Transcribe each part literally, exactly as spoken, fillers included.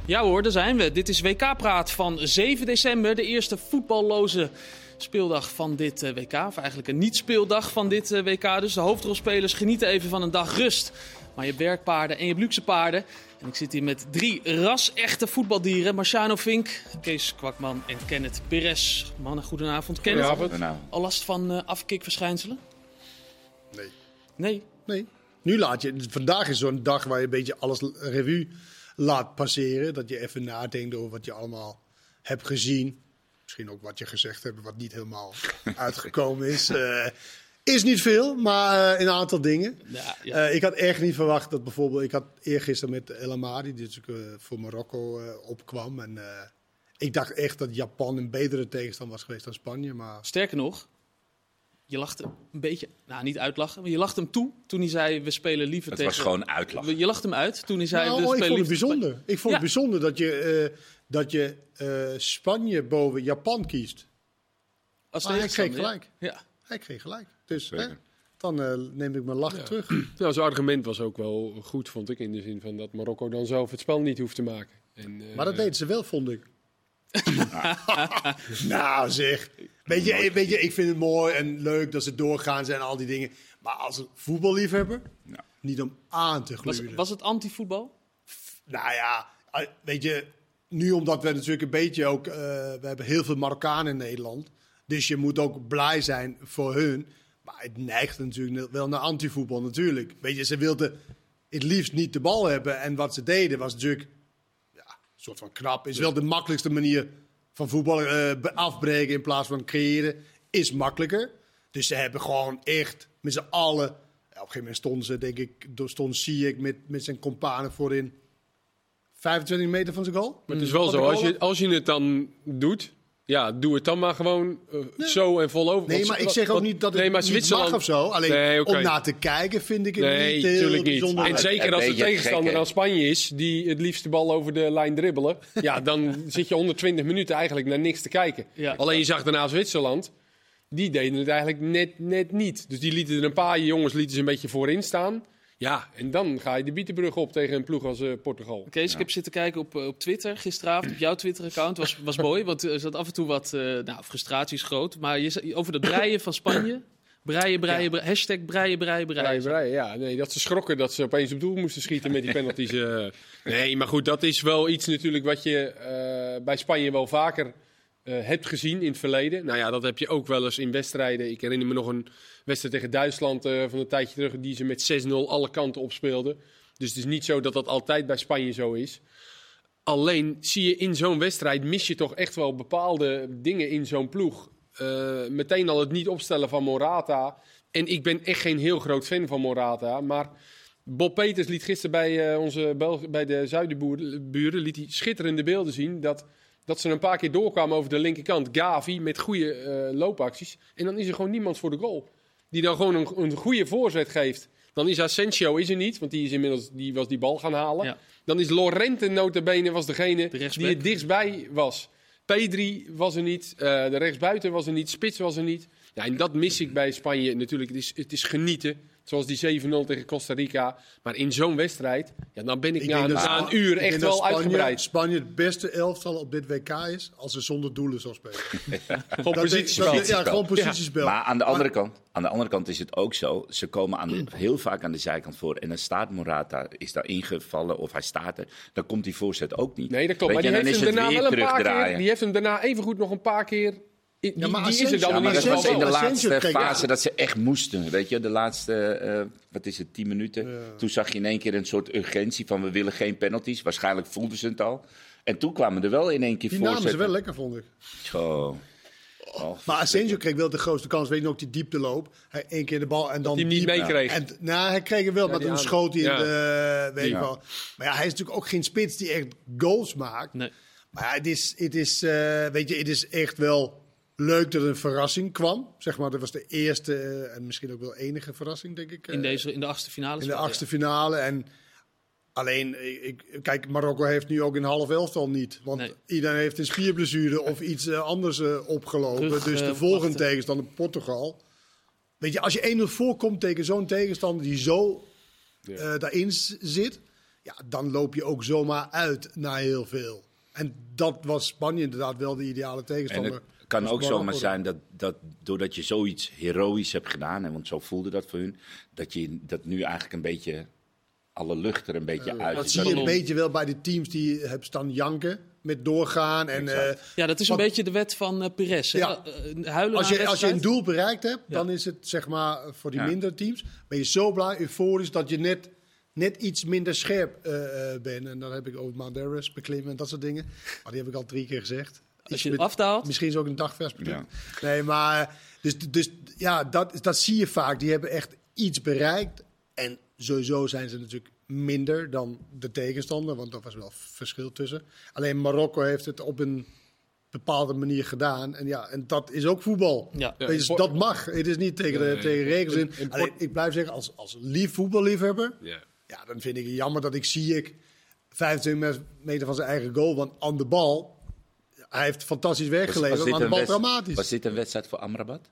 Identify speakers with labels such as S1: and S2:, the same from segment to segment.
S1: Ja hoor, daar zijn we. Dit is W K-praat van zeven december. De eerste voetballoze speeldag van dit uh, W K. Of eigenlijk een niet-speeldag van dit uh, W K. Dus de hoofdrolspelers genieten even van een dag rust. Maar je hebt werkpaarden en je hebt luxe paarden. En ik zit hier met drie ras-echte voetbaldieren. Marciano Vink, Kees Kwakman en Kenneth Perez. Mannen, goedenavond. Kenneth,
S2: Goedenavond.
S1: al last van uh, afkikverschijnselen?
S3: Nee.
S1: Nee?
S3: Nee. Nu laat je... Vandaag is zo'n dag waar je een beetje alles revue laat passeren. Dat je even nadenkt over wat je allemaal hebt gezien. Misschien ook wat je gezegd hebt, wat niet helemaal uitgekomen is. Uh, is niet veel, maar uh, een aantal dingen.
S1: Ja, ja.
S3: Uh, ik had echt niet verwacht dat bijvoorbeeld... Ik had eergisteren met El Amadi, die dus, uh, voor Marokko uh, opkwam. En uh, ik dacht echt dat Japan een betere tegenstander was geweest dan Spanje. Maar...
S1: Sterker nog, je lachte een beetje... Nou, niet uitlachen, maar je lachte hem toe toen hij zei... We spelen liever
S2: het
S1: tegen...
S2: Het was gewoon uitlachen.
S1: Je lachte hem uit toen hij zei...
S3: Nou,
S1: we
S3: ik
S1: spelen
S3: vond het
S1: liever
S3: bijzonder. Ik vond
S1: ja.
S3: het bijzonder dat je, uh, dat je uh, Spanje boven Japan kiest.
S1: Als
S3: Maar hij
S1: tegenstander,
S3: kreeg gelijk.
S1: Ja.
S3: Hij kreeg gelijk. Dus hè, dan uh, neem ik mijn lachen
S4: Ja.
S3: terug.
S4: Nou, zijn argument was ook wel goed, vond ik. In de zin van dat Marokko dan zelf het spel niet hoeft te maken. En, uh,
S3: Maar dat deden ze wel, vond ik. Nou zeg. Weet je, weet je, ik vind het mooi en leuk dat ze doorgaan zijn en al die dingen. Maar als een voetballiefhebber,
S2: Ja.
S3: niet om aan te
S1: Was,
S3: gluren.
S1: was het anti-voetbal?
S3: Nou ja, weet je, nu omdat we natuurlijk een beetje ook... Uh, we hebben heel veel Marokkanen in Nederland. Dus je moet ook blij zijn voor hun. Maar het neigt natuurlijk wel naar anti-voetbal natuurlijk. Weet je, ze wilden het liefst niet de bal hebben. En wat ze deden was natuurlijk... Ja, een soort van knap. Is wel de makkelijkste manier van voetbal uh, afbreken in plaats van creëren. Is makkelijker. Dus ze hebben gewoon echt met z'n allen... Ja, op een gegeven moment stonden ze, denk ik... Stond Ziyech met, met zijn companen voorin... vijfentwintig meter van zijn goal.
S4: Maar het is wel zo, als je, als je het dan doet... Ja, doe het dan maar gewoon uh,
S3: Nee.
S4: zo en vol over.
S3: Nee,
S4: Want-
S3: maar ik zeg ook
S4: want-
S3: niet dat het
S4: nee, maar
S3: niet
S4: Zwitserland-
S3: mag of zo. Alleen
S4: Nee, oké.
S3: om naar te kijken vind ik het
S4: Nee,
S3: niet heel
S4: natuurlijk niet.
S3: bijzonder.
S4: En
S2: Het-
S4: zeker
S2: een
S4: als de
S2: beetje
S4: tegenstander
S2: gek, hè?
S4: dan Spanje is, die het liefst de bal over de lijn dribbelen. Ja, dan zit je honderdtwintig minuten eigenlijk naar niks te kijken.
S1: Ja.
S4: Alleen je zag daarna Zwitserland, die deden het eigenlijk net, net niet. Dus die lieten er een paar jongens lieten ze een beetje voorin staan. Ja, en dan ga je de Bietenbrug op tegen een ploeg als uh, Portugal.
S1: Kees, ik heb zitten kijken op, uh, op Twitter gisteravond, op jouw Twitter-account. Was, was mooi, want er zat af en toe wat... Uh, nou, frustratie is groot. Maar je, zei- over dat breien van Spanje... Breien, breien, breien. Hashtag breien, breien, breien.
S4: Breien, breien, ja. Nee, dat ze schrokken dat ze opeens op doel moesten schieten met die penalties. uh. Nee, maar goed, dat is wel iets natuurlijk wat je uh, bij Spanje wel vaker uh, hebt gezien in het verleden. Nou ja, dat heb je ook wel eens in wedstrijden. Ik herinner me nog een wedstrijd tegen Duitsland uh, van een tijdje terug... die ze met zes nul alle kanten opspeelden. Dus het is niet zo dat dat altijd bij Spanje zo is. Alleen zie je in zo'n wedstrijd mis je toch echt wel bepaalde dingen in zo'n ploeg. Uh, meteen al het niet opstellen van Morata. En ik ben echt geen heel groot fan van Morata. Maar Bob Peters liet gisteren bij, uh, onze Belg- bij de Zuidenburen liet hij schitterende beelden zien. Dat, dat ze een paar keer doorkwamen over de linkerkant. Gavi met goede uh, loopacties. En dan is er gewoon niemand voor de goal. Die dan gewoon een, een goede voorzet geeft. Dan is Asensio is er niet, want die is inmiddels die was die bal gaan halen.
S1: Ja.
S4: Dan is Lorente notabene was degene
S1: De rechtsback.
S4: die het dichtstbij was. Pedri was er niet, uh, de rechtsbuiten was er niet, Spits was er niet. Ja, en dat mis ik bij Spanje natuurlijk. Het is, het is genieten, zoals die zeven nul tegen Costa Rica. Maar in zo'n wedstrijd, ja, dan ben ik,
S3: Ik
S4: na,
S3: denk dat
S4: na
S3: Spa-
S4: een uur
S3: ik denk
S4: echt
S3: dat
S4: wel
S3: Spanje,
S4: uitgebreid.
S3: Spanje het beste elftal op dit W K is als ze zonder doelen zal spelen.
S4: Gewoon
S3: Dat is-
S4: positiespel.
S3: dat is- Ja, gewoon positiespel.
S2: Maar aan de andere kant, aan de andere kant is het ook zo. Ze komen aan de, heel vaak aan de zijkant voor. En dan staat Morata, is daar ingevallen of hij staat er. Dan komt die voorzet ook niet.
S4: Nee, dat klopt.
S2: Weet
S4: Maar
S2: je,
S4: die
S2: dan
S4: heeft
S2: is
S4: hem
S2: het
S4: daarna
S2: weer
S4: wel een paar keer.
S2: terugdraaien.
S4: Die heeft hem daarna evengoed nog een paar keer. Die,
S3: Ja, maar
S4: die is er dan
S3: Asensio-
S4: in
S2: Maar
S4: ieder
S2: dat
S4: geval
S2: was in de
S4: wel.
S3: Asensio
S2: laatste
S3: kreeg-
S2: fase
S3: ja.
S2: dat ze echt moesten. Weet je, de laatste, uh, wat is het, tien minuten.
S3: Ja.
S2: Toen zag je in één keer een soort urgentie van we willen geen penalties. Waarschijnlijk voelden ze het al. En toen kwamen er wel in één keer
S3: Die namen ze
S2: voorzetten.
S3: wel lekker, vond ik.
S2: Zo. Oh,
S3: Maar Asensio kreeg wel de grootste kans. Weet je nog, die diepteloop. Hij één keer de bal en dan
S4: hij hem niet
S3: diep.
S4: meekreeg.
S3: En, nou, hij kreeg hem wel, maar
S4: die
S3: toen
S4: aan-
S3: schoot hij in
S4: ja.
S3: de... Weet je
S2: Ja.
S3: wel. Maar ja, hij is natuurlijk ook geen spits die echt goals maakt.
S1: Nee.
S3: Maar ja, het is, het is, uh, weet je, het is echt wel leuk dat er een verrassing kwam. Zeg maar, dat was de eerste uh, en misschien ook wel enige verrassing, denk ik. Uh,
S1: In, deze, in de achtste finale.
S3: in de achtste finale. En alleen, ik, kijk, Marokko heeft nu ook een half elftal niet. Want
S1: Nee.
S3: iedereen heeft een spierblessure of iets uh, anders uh, opgelopen.
S1: Terug,
S3: dus de
S1: uh,
S3: volgende
S1: wachten.
S3: tegenstander, Portugal. Weet je, als je één nul voorkomt tegen zo'n tegenstander die zo uh, daarin z- zit... ja, dan loop je ook zomaar uit naar heel veel. En dat was Spanje inderdaad wel de ideale tegenstander.
S2: En het kan
S3: Dus
S2: ook
S3: Marokko
S2: zomaar
S3: dan.
S2: zijn dat, dat doordat je zoiets heroïs hebt gedaan, hè, want zo voelde dat voor hun, dat je dat nu eigenlijk een beetje alle lucht er een beetje uit
S3: Dat
S2: is.
S3: zie je
S2: Dat-
S3: een beetje wel bij de teams die hebben staan janken met doorgaan. En,
S2: Exact.
S3: eh,
S1: Ja, dat is een
S3: Want-
S1: beetje de wet van uh, Perez. hè?
S3: Ja.
S1: Uh, huilen
S3: als,
S1: na
S3: je,
S1: een
S3: als je een
S1: wedstrijd.
S3: doel bereikt hebt,
S1: Ja.
S3: dan is het zeg maar voor die
S2: Ja.
S3: mindere teams. Ben je zo blij, euforisch, dat je net, net iets minder scherp eh, eh, bent. En dan heb ik over Mount Everest beklimmen en dat soort dingen. Maar die heb ik al drie keer gezegd.
S1: Als
S3: Iets
S1: je
S3: met-
S1: afdaalt,
S3: Misschien is ook een dagversperspectief.
S2: Ja.
S3: Nee, maar dus, dus ja, dat, dat zie je vaak. Die hebben echt iets bereikt. En sowieso zijn ze natuurlijk minder dan de tegenstander, want er was wel verschil tussen. Alleen Marokko heeft het op een bepaalde manier gedaan. En ja, en dat is ook voetbal.
S1: ja.
S4: Ja.
S3: Weet je,
S4: Por-
S3: dat mag. Het is niet tegen, de,
S4: Nee.
S3: tegen regels in.
S4: In- in
S3: Alleen,
S4: Por-
S3: ik blijf zeggen, als, als lief voetballiefhebber,
S4: Ja.
S3: ja, dan vind ik het jammer dat ik zie ik vijfentwintig meter van zijn eigen goal. Want aan de bal, hij heeft fantastisch werk
S2: Was-
S3: geleverd,
S2: was
S3: maar
S2: dit
S3: aan de
S2: een
S3: bal
S2: wedst-
S3: dramatisch.
S2: Was dit een wedstrijd voor Amrabat?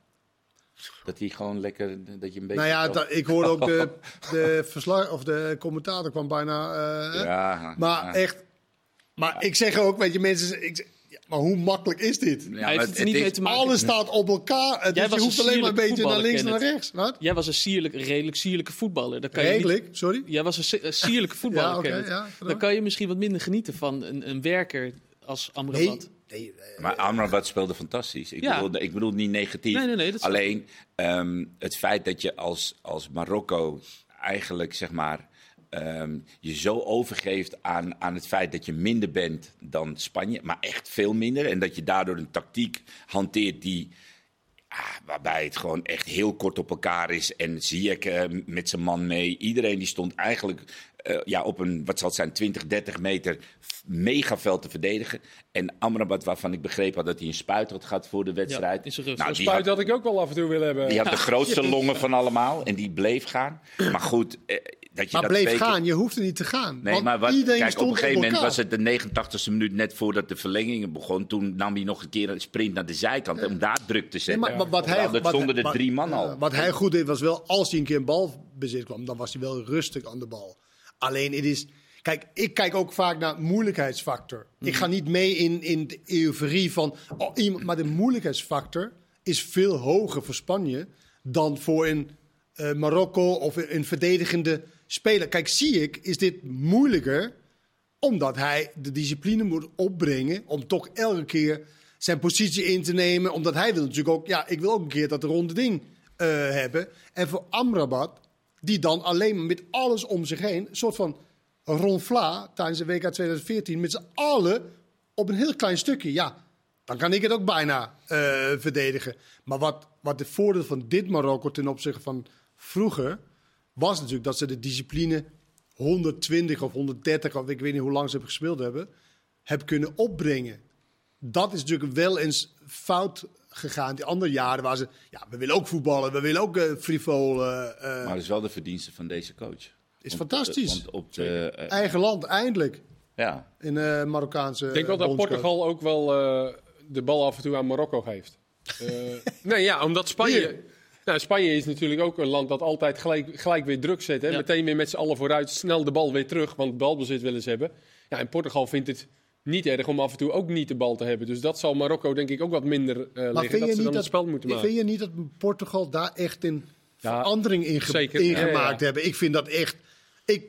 S2: Dat hij gewoon lekker, dat je een beetje...
S3: Nou ja, dat, ik hoorde ook de, de verslag of de commentator kwam bijna. eh, hè?
S2: Ja,
S3: maar
S2: ja.
S3: echt. Maar ik zeg ook, weet je, mensen. Ik zeg, ja, maar hoe makkelijk is dit?
S2: Ja,
S1: Hij
S2: maar
S1: heeft het er niet
S2: is-
S1: mee te maken.
S3: Alles staat op elkaar.
S1: Jij
S3: Dus je
S1: was
S3: hoeft
S1: een
S3: alleen maar een
S1: sierlijke
S3: beetje naar
S1: voetballer,
S3: links en naar
S1: Kenneth.
S3: rechts. Wat?
S1: Jij was een sierlijk, redelijk sierlijke voetballer. Dan kan je niet-
S3: Redelijk, sorry.
S1: Jij was een si- een sierlijke voetballer,
S3: Ja, oké,
S1: Kenneth.
S3: ja, vertel.
S1: Dan kan je misschien wat minder genieten van een, een werker als
S3: Nee,
S1: Amrabat.
S3: nee, eh,
S2: Maar Amrabat speelde fantastisch. Ik,
S1: Ja.
S2: bedoel, ik bedoel niet negatief.
S1: Nee, nee, nee, dat is-
S2: Alleen ehm, het feit dat je als, als Marokko eigenlijk zeg maar ehm, je zo overgeeft aan, aan het feit dat je minder bent dan Spanje, maar echt veel minder. En dat je daardoor een tactiek hanteert die ah, waarbij het gewoon echt heel kort op elkaar is. En Ziyech eh, met zijn man mee. Iedereen die stond eigenlijk eh, ja, op een, wat zal het zijn, twintig, dertig meter megaveld te verdedigen. En Amrabat, waarvan ik begrepen had dat hij een spuit had gehad voor de wedstrijd.
S1: Ja, in zijn rug.
S2: Nou,
S1: Zo'n
S2: die
S4: Spuit
S2: had,
S4: dat ik ook wel af en toe willen hebben.
S2: die had de grootste longen van allemaal. En die bleef gaan. Maar goed, eh, dat je
S3: maar
S2: dat
S3: bleef
S2: twee keer-
S3: gaan, je hoefde niet te gaan.
S2: Nee,
S3: want
S2: maar wat,
S3: iedereen
S2: kijk,
S3: stond
S2: op een gegeven moment
S3: elkaar.
S2: was het de negenentachtigste minuut net voordat de verlengingen begon. Toen nam hij nog een keer een sprint naar de zijkant om daar druk te
S3: Nee,
S2: zetten.
S3: maar, maar wat hij,
S2: Dat
S3: wat,
S2: stonden er
S3: wat-
S2: drie man
S3: ja,
S2: al.
S3: Wat hij goed deed was wel, als hij een keer een balbezit kwam, dan was hij wel rustig aan de bal. Alleen, het is... Kijk, ik kijk ook vaak naar moeilijkheidsfactor. Ik ga niet mee in, in de euforie van... Oh, iemand, maar de moeilijkheidsfactor is veel hoger voor Spanje dan voor een eh, Marokko of een, een verdedigende speler. Kijk, zie ik, is dit moeilijker omdat hij de discipline moet opbrengen om toch elke keer zijn positie in te nemen. Omdat hij wil natuurlijk ook, ja, ik wil ook een keer dat ronde ding eh, hebben. En voor Amrabat, die dan alleen maar met alles om zich heen, een soort van ronfla tijdens de W K twintig veertien, met z'n allen op een heel klein stukje. Ja, dan kan ik het ook bijna eh, verdedigen. Maar wat, wat de voordeel van dit Marokko ten opzichte van vroeger was natuurlijk dat ze de discipline honderdtwintig of honderddertig, of ik weet niet hoe lang ze hebben gespeeld hebben, hebben kunnen opbrengen. Dat is natuurlijk wel eens fout gegaan. Die andere jaren waar ze, ja, we willen ook voetballen, we willen ook uh, frivol. Uh, uh,
S2: Maar dat is wel de verdienste van deze coach.
S3: is
S2: Want,
S3: fantastisch.
S2: Want op de, eh,
S3: Eigen land, eindelijk.
S2: ja.
S3: In uh, Marokkaanse.
S4: Ik denk wel dat
S3: bondscoach.
S4: Portugal ook wel uh, de bal af en toe aan Marokko geeft. Uh, nee, ja, omdat Spanje...
S3: Hier.
S4: Nou, Spanje is natuurlijk ook een land dat altijd gelijk, gelijk weer druk zet. Hè?
S1: Ja.
S4: Meteen weer met z'n allen vooruit, snel de bal weer terug, want balbezit willen ze hebben. Ja, en Portugal vindt het niet erg om af en toe ook niet de bal te hebben. Dus dat zal Marokko denk ik ook wat minder uh, liggen,
S3: Maar vind
S4: dat
S3: je,
S4: ze
S3: niet
S4: dan
S3: dat,
S4: het spel moeten maken.
S3: vind je niet dat Portugal daar echt een
S4: Ja,
S3: verandering in, ge-
S4: zeker.
S3: in
S4: Ja, ja,
S3: gemaakt
S4: ja.
S3: hebben? Ik vind dat echt... Ik,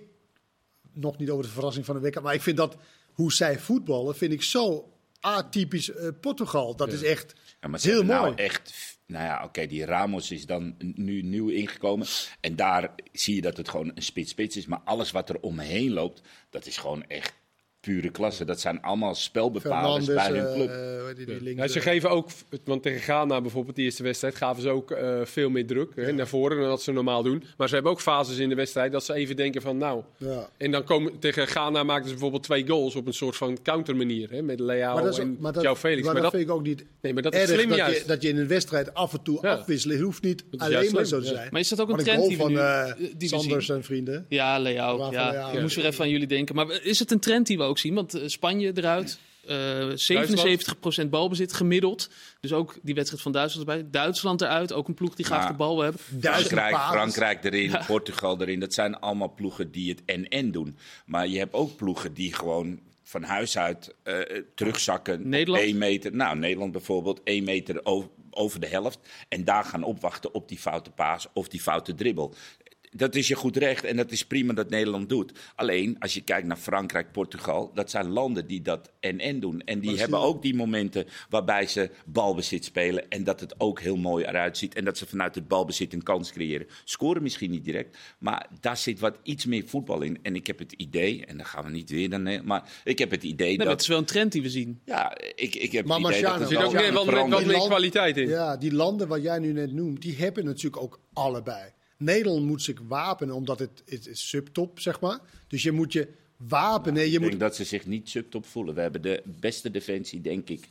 S3: nog niet over de verrassing van de W K, maar ik vind dat hoe zij voetballen, vind ik zo atypisch uh, Portugal. Dat
S4: Ja.
S3: is echt
S2: Ja, maar ze
S3: heel
S2: hebben
S3: mooi.
S2: nou echt... Nou ja, oké, die Ramos is dan nu nieuw ingekomen. En daar zie je dat het gewoon een spits-spits is. Maar alles wat er omheen loopt, dat is gewoon echt pure klasse. Dat zijn allemaal spelbepalers
S3: Fernandes,
S2: bij hun club.
S3: uh, hoe heet die, die links,
S4: Ja, ze geven ook, want tegen Ghana bijvoorbeeld, die eerste wedstrijd, gaven ze ook uh, veel meer druk hè, naar voren dan dat ze normaal doen. Maar ze hebben ook fases in de wedstrijd dat ze even denken van nou...
S3: ja.
S4: En dan komen tegen Ghana maakten ze bijvoorbeeld twee goals op een soort van countermanier. Hè, met Leao
S3: Maar dat, is,
S4: en
S3: maar dat,
S4: João Felix.
S3: maar
S4: Maar
S3: dat
S4: dat,
S3: vind ik ook niet
S4: nee, maar dat is
S3: erg
S4: slim
S3: dat
S4: juist.
S3: je, dat je in een wedstrijd af en toe
S4: Ja.
S3: afwisselen. Het hoeft niet
S4: is
S3: alleen
S4: juist
S3: maar
S4: slim,
S3: zo te
S4: ja.
S3: zijn.
S1: Maar is dat ook een
S3: Wat
S1: trend
S3: ik
S1: die
S3: hoop
S1: we
S3: van
S1: nu
S3: uh,
S1: die we
S3: Sanders
S1: zien?
S3: en vrienden.
S1: Ja, Leao.
S3: Waarvan
S1: Ja.
S3: Leao.
S1: Ik moest weer even aan jullie denken. Maar is het een trend die we ook zien? Want uh, Spanje eruit, Uh, zevenenzeventig procent balbezit gemiddeld. Dus ook die wedstrijd van Duitsland erbij. Duitsland eruit, ook een ploeg die graag
S2: Maar
S1: de bal wil hebben.
S2: Frankrijk, Frankrijk erin, ja. Portugal erin. Dat zijn allemaal ploegen die het en-en doen. Maar je hebt ook ploegen die gewoon van huis uit uh, terugzakken.
S1: Nederland?
S2: één meter. Nou, Nederland bijvoorbeeld. één meter over, over de helft. En daar gaan opwachten op die foute paas of die foute dribbel. Dat is je goed recht en dat is prima dat Nederland doet. Alleen, als je kijkt naar Frankrijk, Portugal, dat zijn landen die dat en-en doen. En die hebben ook die momenten waarbij ze balbezit spelen en dat het ook heel mooi eruit ziet. En dat ze vanuit het balbezit een kans creëren. Scoren misschien niet direct, maar daar zit wat iets meer voetbal in. En ik heb het idee, en dan gaan we niet weer dan, maar ik heb het idee
S1: nee,
S2: dat...
S1: Het is wel een trend die we zien.
S2: Ja, ik, ik heb
S3: maar
S2: het idee
S3: Marciano,
S2: dat
S4: er
S2: het
S4: zit ook wel, wel, wel meer kwaliteit in.
S3: Ja, die landen wat jij nu net noemt, die hebben natuurlijk ook allebei. Nederland moet zich wapenen, omdat het, het is subtop, zeg maar. Dus je moet je wapenen.
S2: Nou,
S3: je
S2: ik
S3: moet...
S2: denk dat ze zich niet subtop voelen. We hebben de beste defensie, denk ik,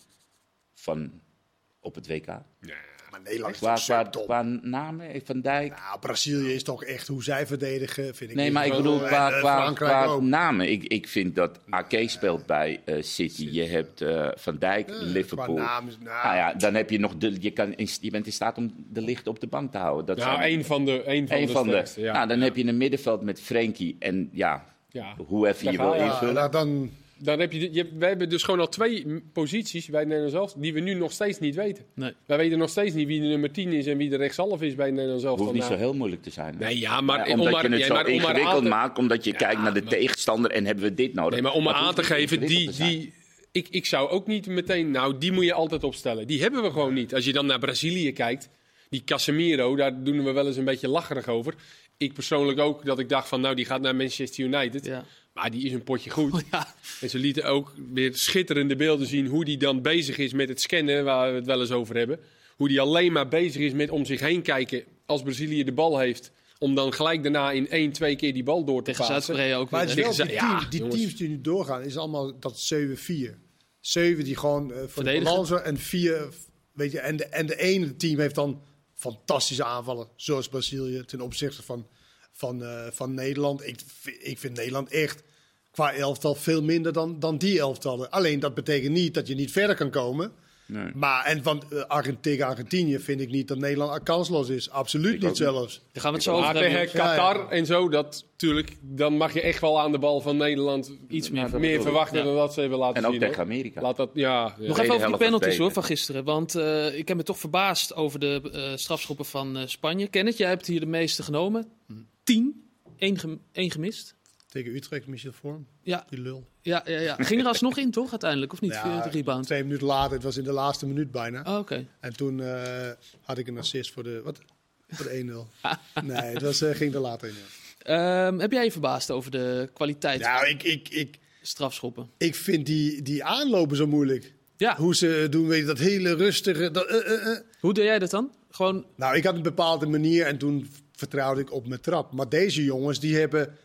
S2: van op het W K.
S3: Ja, maar Nederland is
S2: Qua,
S3: toch
S2: qua,
S3: subtop.
S2: qua namen, Van Dijk.
S3: Nou, Brazilië is toch echt hoe zij verdedigen, vind ik.
S2: Nee, maar ik bedoel qua,
S3: en, uh,
S2: qua,
S3: Frankrijk
S2: qua
S3: ook.
S2: namen. Ik, ik vind dat Ake speelt bij uh, City. Je hebt uh, Van Dijk,
S3: Ja,
S2: Liverpool.
S3: qua namen, nou.
S2: Nou ja, dan heb je nog de, je, kan, je bent in staat om de licht op de bank te houden. Dat
S4: Nou,
S2: zijn-
S4: één van de, één van
S2: één
S4: de
S2: van de.
S4: sterkste. Ja.
S2: Nou, dan heb je een middenveld met Frenkie en ja,
S4: Ja.
S2: hoe even je
S4: Daar
S2: wil
S4: ga je.
S2: invullen.
S3: Ja, dan,
S4: Dan heb je, de- je, wij hebben dus gewoon al twee m- posities bij Nederland zelf die we nu nog steeds niet weten.
S1: Nee.
S4: Wij weten nog steeds niet wie de nummer tien is en wie de rechtshalf is bij Nederland zelf.
S2: Hoeft niet zo heel moeilijk te zijn.
S4: Nee, ja, maar
S2: Ja,
S4: om
S2: omdat
S4: maar,
S2: je het
S4: ja,
S2: zo
S4: maar om maar
S2: ingewikkeld
S4: aan te-
S2: maakt, omdat je kijkt naar de
S4: maar-
S2: tegenstander en hebben we dit nodig.
S4: Nee, maar om maar
S2: het
S4: aan
S2: hoeft
S4: te
S2: niet
S4: geven, die,
S2: ingewikkeld te zijn.
S4: die, ik, ik zou ook niet meteen, nou, die moet je altijd opstellen. Die hebben we gewoon niet. Als je dan naar Brazilië kijkt, die Casemiro, daar doen we wel eens een beetje lacherig over. Ik persoonlijk ook, dat ik dacht van, nou, die gaat naar Manchester United.
S1: Ja.
S4: Maar die is een potje goed.
S1: Ja.
S4: En ze lieten ook weer schitterende beelden zien hoe die dan bezig is met het scannen, waar we het wel eens over hebben. Hoe die alleen maar bezig is met om zich heen kijken als Brazilië de bal heeft. Om dan gelijk daarna in één, twee keer die bal door te
S1: Tegen
S4: passen.
S1: Zuid-Korea ook
S3: maar het
S1: weer.
S3: is
S1: hè?
S3: wel,
S4: Tegen
S3: die,
S4: ze-
S3: team-
S4: ja,
S3: die
S4: jongens.
S3: teams die nu doorgaan, is allemaal dat zeven vier. zeven die gewoon uh, voor de
S1: Verdedigen.
S3: balans en vier, weet je, en de, en de ene team heeft dan fantastische aanvallen, zoals Brazilië, ten opzichte van, van, uh, van Nederland. Ik, v- ik vind Nederland echt qua elftal veel minder dan, dan die elftallen. Alleen dat betekent niet dat je niet verder kan komen.
S2: Nee.
S3: Maar en van uh, Argent- tegen Argentinië vind ik niet dat Nederland kansloos is. Absoluut
S2: Ik
S3: niet
S2: ook
S3: zelfs.
S1: Daar gaan we het zo over
S4: Maar
S1: hebben.
S4: tegen
S3: Ja, ja.
S4: Qatar en zo, dat natuurlijk, dan mag je echt wel aan de bal van Nederland
S1: Iets meer.
S2: Nou, dat
S4: meer
S2: bedoel ik.
S4: verwachten
S1: Ja.
S4: dan dat ze hebben laten
S2: En ook
S4: zien.
S2: tegen
S4: hoor.
S2: Amerika.
S4: Laat dat, ja, ja.
S1: Nog
S2: tweede
S1: even over die
S2: helft was
S1: penalties
S2: beter.
S1: hoor, van gisteren. Want uh, ik heb me toch verbaasd over de uh, strafschoppen van uh, Spanje. Kenneth, jij hebt hier de meeste genomen. Tien. Eén, gem- één gemist.
S3: Tegen Utrecht, Michel Vorm,
S1: Ja,
S3: die lul.
S1: ja, ja, ja. Ging er alsnog in toch uiteindelijk? Of niet? Via de rebound.
S3: twee minuten later, het was in de laatste minuut bijna.
S1: Oh, oké.
S3: En toen uh, had ik een assist voor de, wat? Voor de één nul. Nee, het was, uh, ging er later in. Ja.
S1: Um, heb jij je verbaasd over de kwaliteit
S3: Nou,
S1: van
S3: ik, ik, ik,
S1: strafschoppen?
S3: ik vind die, die aanlopen zo moeilijk.
S1: Ja,
S3: Hoe ze doen, weet je, dat hele rustige... Dat, uh, uh, uh.
S1: hoe doe jij dat dan? Gewoon,
S3: Nou, ik had een bepaalde manier en toen vertrouwde ik op mijn trap. Maar deze jongens, die hebben...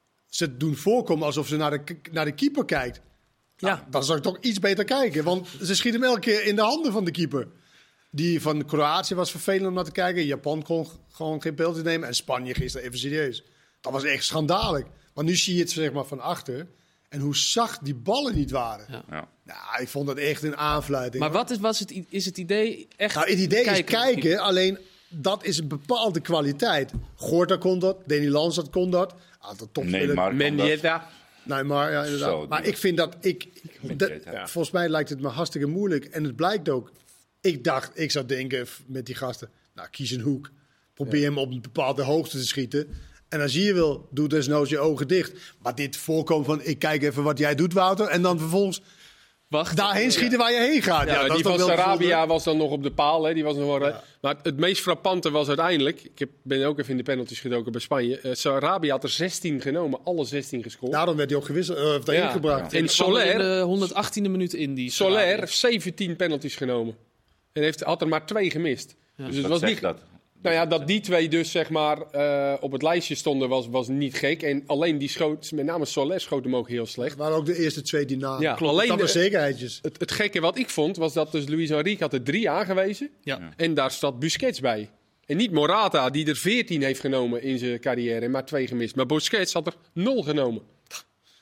S3: Ze doen voorkomen alsof ze naar de, k- naar de keeper kijkt. Nou,
S1: ja.
S3: dan zou ik toch iets beter kijken. Want ze schieten hem elke keer in de handen van de keeper. Die van Kroatië was vervelend om naar te kijken. Japan kon g- gewoon geen beeld te nemen. En Spanje gisteren even serieus. Dat was echt schandalig. Maar nu zie je het zeg maar van achter. En hoe zacht die ballen niet waren.
S1: Ja.
S2: Ja.
S3: Nou, ik vond dat echt een aanfluiting.
S1: Maar wat is, was het, i- is het idee echt...
S3: Nou, het idee
S1: kijken?
S3: is kijken, alleen dat is een bepaalde kwaliteit. Gorta kon dat, Danny Lansat kon dat. Aantal topspelers.
S2: Neymar kan dat.
S4: Mendieta.
S3: Neymar, ja, inderdaad.
S2: Zo,
S3: maar
S2: die-
S3: ik vind dat ik. dat-
S2: Ja.
S3: Volgens mij lijkt het me hartstikke moeilijk. En het blijkt ook. Ik dacht, ik zou denken f- met die gasten. Nou, kies een hoek. Probeer hem op een bepaalde hoogte te schieten. En als je wil, doe desnoods je ogen dicht. Maar dit voorkomen van, ik kijk even wat jij doet, Wouter. En dan vervolgens
S1: Wacht.
S3: daarheen schieten waar je heen gaat. Ja,
S4: Ja,
S3: dat
S4: die
S3: is toch
S4: van
S3: wel
S4: Sarabia
S3: bijzonder.
S4: was dan nog op de paal. Hè? Die was nog wel re- Maar het meest frappante was uiteindelijk... Ik heb, ben ook even in de penalties gedoken bij Spanje. Uh, Sarabia had er zestien genomen, alle zestien gescoord.
S3: Daarom werd hij ook gewisseld, uh, of daarin
S4: Ja.
S3: gebracht.
S4: En
S1: En
S4: Soler,
S1: in de honderdachttiende minuut in die.
S4: Soler heeft zeventien penalties genomen. En heeft, had er maar twee gemist. Dus het
S2: Wat
S4: was
S2: zegt
S4: niet...
S2: dat?
S4: Nou ja, dat die twee dus zeg maar uh, op het lijstje stonden was, was niet gek. En alleen die schoot, met name Soler schoot hem ook heel slecht.
S3: Het waren ook de eerste twee die namen.
S4: Ja,
S3: Klopt,
S4: alleen
S3: dat
S4: de-
S3: was zekerheidjes.
S4: Het, het gekke wat ik vond, was dat dus Luis Enrique had er drie aangewezen.
S1: Ja.
S4: En daar staat Busquets bij. En niet Morata, die er veertien heeft genomen in zijn carrière en maar twee gemist. Maar Busquets had er nul genomen.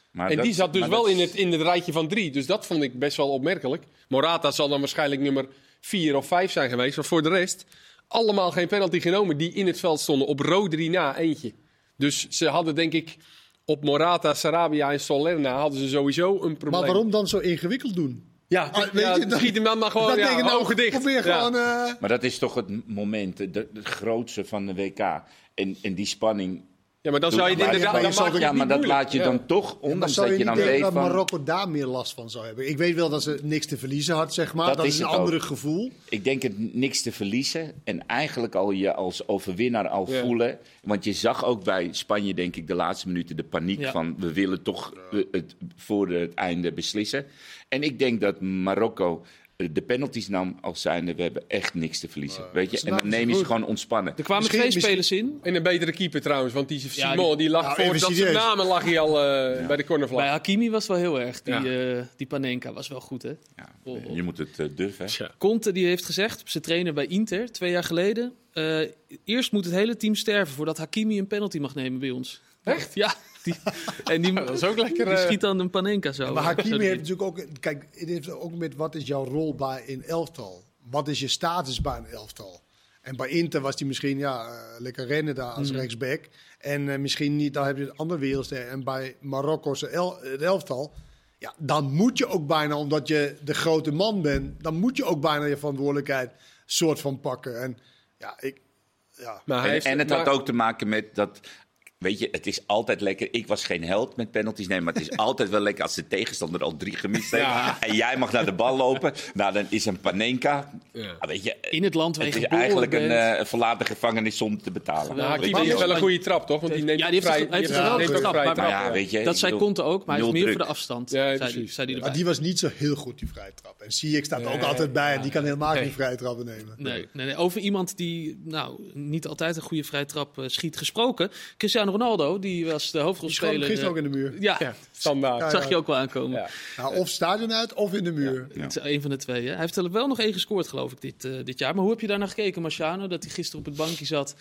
S2: Maar
S4: En
S2: dat-
S4: die zat dus
S2: maar
S4: wel
S2: dat-
S4: in het, in het rijtje van drie. Dus dat vond ik best wel opmerkelijk. Morata zal dan waarschijnlijk nummer vier of vijf zijn geweest. Maar voor de rest, allemaal geen penalty genomen die in het veld stonden. Op Rodri na eentje. Dus ze hadden denk ik op Morata, Sarabia en Soler na hadden ze sowieso een probleem.
S3: Maar waarom dan zo ingewikkeld doen?
S4: Ja,
S3: Ah, weet
S4: ja,
S3: je, dat-
S4: schiet hem dan maar gewoon
S3: Dat
S4: ja,
S3: denk ik nou,
S4: ogen dicht.
S3: probeer
S4: Ja.
S3: gewoon... eh,
S2: Maar dat is toch het moment, de, de grootste van de W K. En, en die spanning.
S4: Ja, maar dan zou je het
S2: Maar-
S4: inderdaad...
S3: maar je
S4: dan
S3: zal
S4: maak je
S2: Ja,
S4: het
S2: maar
S4: niet
S2: dat laat je
S4: moeilijk.
S2: dan toch,
S3: Maar
S2: ondanks
S3: zou
S2: dat
S3: je
S2: je
S3: niet
S2: dan
S3: denken
S2: weet
S3: dat
S2: van...
S3: Marokko daar meer last van zou hebben? Ik weet wel dat ze niks te verliezen had, zeg maar.
S2: Dat
S3: Dat,
S2: is
S3: is een
S2: het ook.
S3: ander gevoel.
S2: Ik denk het niks te verliezen. En eigenlijk al je als overwinnaar al
S4: Ja.
S2: voelen. Want je zag ook bij Spanje, denk ik, de laatste minuten de paniek
S1: Ja.
S2: van... we willen toch eh, het voor het einde beslissen. En ik denk dat Marokko de penalties nam als zijnde... we hebben echt niks te verliezen. Weet je?
S3: ze
S2: En dan
S3: namen ze
S2: neem je ze
S3: goed.
S2: gewoon ontspannen.
S1: Er kwamen
S3: Misschien-
S1: twee
S3: misschien-
S1: spelers in.
S4: En een betere keeper trouwens, want die
S1: Ja,
S4: Simon, die lag
S3: Nou,
S4: voor
S3: even
S4: dat
S3: serieus.
S4: zijn namen lag hij al eh, bij de cornervlag.
S1: Bij Hakimi was het wel heel erg. Die,
S4: Ja.
S1: eh, die Panenka was wel goed, hè?
S2: Ja,
S1: Oh.
S2: je moet het eh, durven. Hè?
S4: Tja.
S1: Conte die heeft gezegd, zijn trainer bij Inter, twee jaar geleden... eh, eerst moet het hele team sterven voordat Hakimi een penalty mag nemen bij ons.
S4: Echt?
S1: Ja. Die, en die,
S4: dat is ook lekker,
S1: Die
S4: eh.
S1: schiet dan een Panenka zo.
S3: Maar
S1: Zo
S3: Hakimi
S1: erin.
S3: heeft natuurlijk ook... Kijk, het heeft ook met wat is jouw rol bij een elftal? Wat is je status bij een elftal? En bij Inter was hij misschien ja, eh, lekker rennen daar als
S1: Mm.
S3: rechtsback. En eh, misschien niet, dan heb je een andere wereldster. En bij Marokko's el het elftal... Ja, dan moet je ook bijna, omdat je de grote man bent... dan moet je ook bijna je verantwoordelijkheid soort van pakken. En ja, ik... Ja.
S4: Maar hij
S2: En,
S4: heeft-
S2: en het
S4: maar-
S2: had ook te maken met dat... Weet je, het is altijd lekker. Ik was geen held met penalties nemen, maar het is altijd wel lekker als de tegenstander al drie gemist heeft.
S4: Ja.
S2: En jij mag naar de bal lopen. Nou, dan is een Panenka.
S4: Ja.
S2: Ah, weet je,
S1: In het land waar je
S2: het is
S1: geboren
S2: eigenlijk een,
S1: bent.
S2: eh, een verlaten gevangenis zonder te betalen.
S1: Geweldig.
S4: Nou,
S2: Weet
S4: Hakimi
S2: je
S4: heeft
S2: wel.
S4: wel een goede trap, toch? Want die neemt
S1: Ja, die heeft
S4: vrij,
S1: een- hij heeft
S4: die
S1: een
S4: neemt
S1: geweldige
S4: ook
S1: trap,
S4: vrij
S1: maar
S2: Nou ja, weet je,
S1: Dat
S2: ik
S1: zei
S2: bedoel,
S1: Conte ook, maar hij is
S2: nul
S1: meer
S2: druk.
S1: voor de afstand.
S4: Ja,
S1: zei,
S4: precies.
S1: die, zei die
S3: Maar
S1: erbij.
S3: die was niet zo heel goed, die vrije trap. En Ziyech staat er ook
S4: Nee,
S3: altijd bij. En die kan helemaal
S4: nee.
S3: geen vrije trappen nemen.
S1: Nee, nee, nee, over iemand die nou, niet altijd een goede vrije trap eh, schiet gesproken. Cristiano Ronaldo, die was de
S3: Die schoot
S1: hoofdrolspeler.
S3: gisteren ook
S1: eh,
S3: in de muur.
S1: Ja,
S4: Ja, standaard.
S3: Ja,
S1: zag je ook wel aankomen.
S4: Ja.
S3: Nou, of stadion uit, of in de muur.
S2: Ja.
S1: Het is een van de twee. Hè? Hij heeft er wel nog één gescoord, geloof ik, dit, eh, dit jaar. Maar hoe heb je daar naar gekeken, Marciano? Dat hij gisteren op het bankje zat